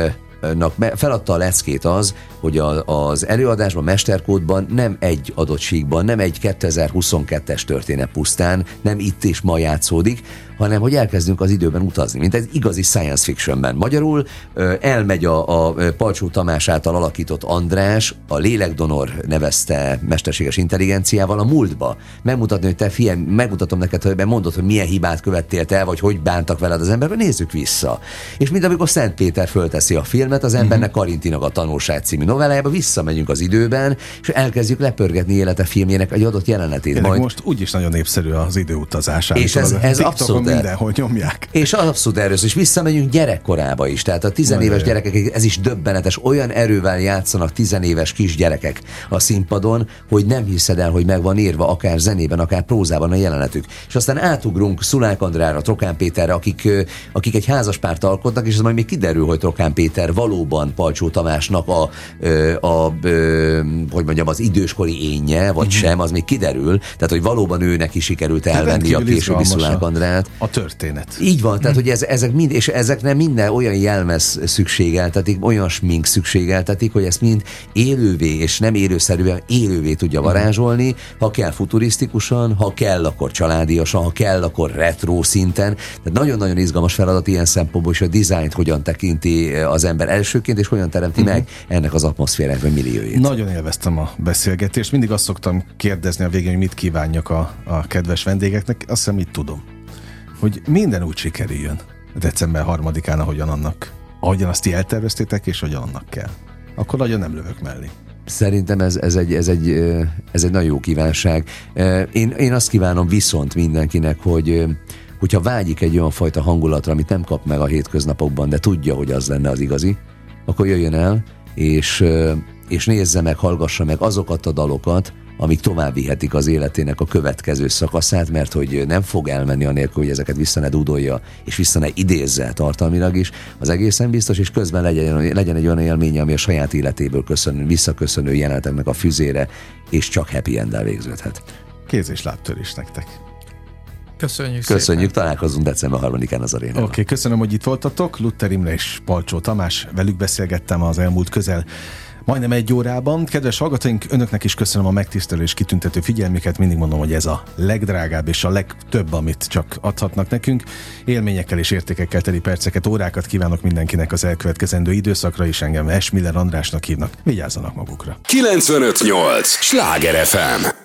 feladta a leckét az, hogy a, az előadásban, mesterkódban nem egy adott síkban, nem egy kétezer-huszonkettes történet pusztán, nem itt és ma játszódik, hanem hogy elkezdünk az időben utazni, mint egy igazi science fictionben. Magyarul elmegy a, a Palcsó Tamás által alakított András, a Lélekdonor nevezte mesterséges intelligenciával a múltba. Megmutatni, hogy te fiam, megmutatom neked, hogy mondod, hogy milyen hibát követtél te, vagy hogy bántak veled az emberben, nézzük vissza. És mint amikor Szent Péter fölteszi a filmet, az embernek Karintinak a Tanulság című novellájába, visszamegyünk az időben, és elkezdjük lepörgetni élete filmjének egy adott jelenetét. Ennek majd... most úgyis nagyon népszerű az időutazás. És ez, ez abszolút mindenhol nyomják. És abszolút erről, és visszamegyünk gyerekkorába is. Tehát a tizenéves gyerekek, ez is döbbenetes, olyan erővel játszanak tizenéves kisgyerekek a színpadon, hogy nem hiszed el, hogy meg van írva akár zenében, akár prózában a jelenetük. És aztán átugrunk Szulák Andrára, Trokán Péterre, akik, akik egy házaspárt alkotnak, és ez majd még kiderül, hogy Trokán Péter valóban Palcsó Tamásnak a, a, a, a hogy mondjam, az időskori énje, vagy uh-huh. sem, az még kiderül. Tehát, hogy valóban őnek is sikerült elvenni a későbbi Szulák Andrát. A történet. Így van, tehát, hogy ez, ezek mind, és ezeknek minden olyan jelmez szükségeltetik, olyan smink szükségeltetik, hogy ezt mind élővé, és nem élőszerűen élővé tudja varázsolni, ha kell futurisztikusan, ha kell, akkor családiasan, ha kell, akkor retro szinten. Tehát nagyon-nagyon izgalmas feladat ilyen szempontból, és a dizájnt hogyan tekinti az ember elsőként, és hogyan teremti uh-huh. meg ennek az atmoszférának a milliójét. Nagyon élveztem a beszélgetést. Mindig azt szoktam kérdezni a végén, hogy mit kívánjak a, a kedves vendégeknek. Azt hiszem, mit tudom. Hogy minden úgy sikerüljön december harmadikán, ahogyan annak, ahogyan azt ti elterveztétek, és hogyan annak kell. Akkor nagyon nem lövök mellé. Szerintem ez, ez, egy, ez, egy, ez egy nagyon jó kívánság. Én, én azt kívánom viszont mindenkinek, hogy hogyha vágyik egy olyan fajta hangulatra, amit nem kap meg a hétköznapokban, de tudja, hogy az lenne az igazi, akkor jöjjön el, és, és nézze meg, hallgassa meg azokat a dalokat, amik tovább vihetik az életének a következő szakaszát, mert hogy nem fog elmenni anélkül, hogy ezeket vissza ne dúdolja, és vissza ne idézze tartalmilag is, az egészen biztos, és közben legyen, legyen egy olyan élménye, ami a saját életéből köszönő, visszaköszönő jeleneteknek a füzére, és csak happy end-el végződhet. Kéz- és lábtörés nektek. Köszönjük Köszönjük, szépen. találkozunk december harmadikán az arénában. Oké, okay, köszönöm, hogy itt voltatok. Luther Imre és Palcsó Tamás, velük beszélgettem az elmúlt közel majdnem egy órában. Kedves hallgatóink, önöknek is köszönöm a megtisztelő és kitüntető figyelmüket. Mindig mondom, hogy ez a legdrágább és a legtöbb, amit csak adhatnak nekünk. Élményekkel és értékekkel teli perceket, órákat kívánok mindenkinek az elkövetkezendő időszakra, és engem Esmiller Andrásnak hívnak. Vigyázzanak magukra. kilencvenöt nyolc Sláger ef em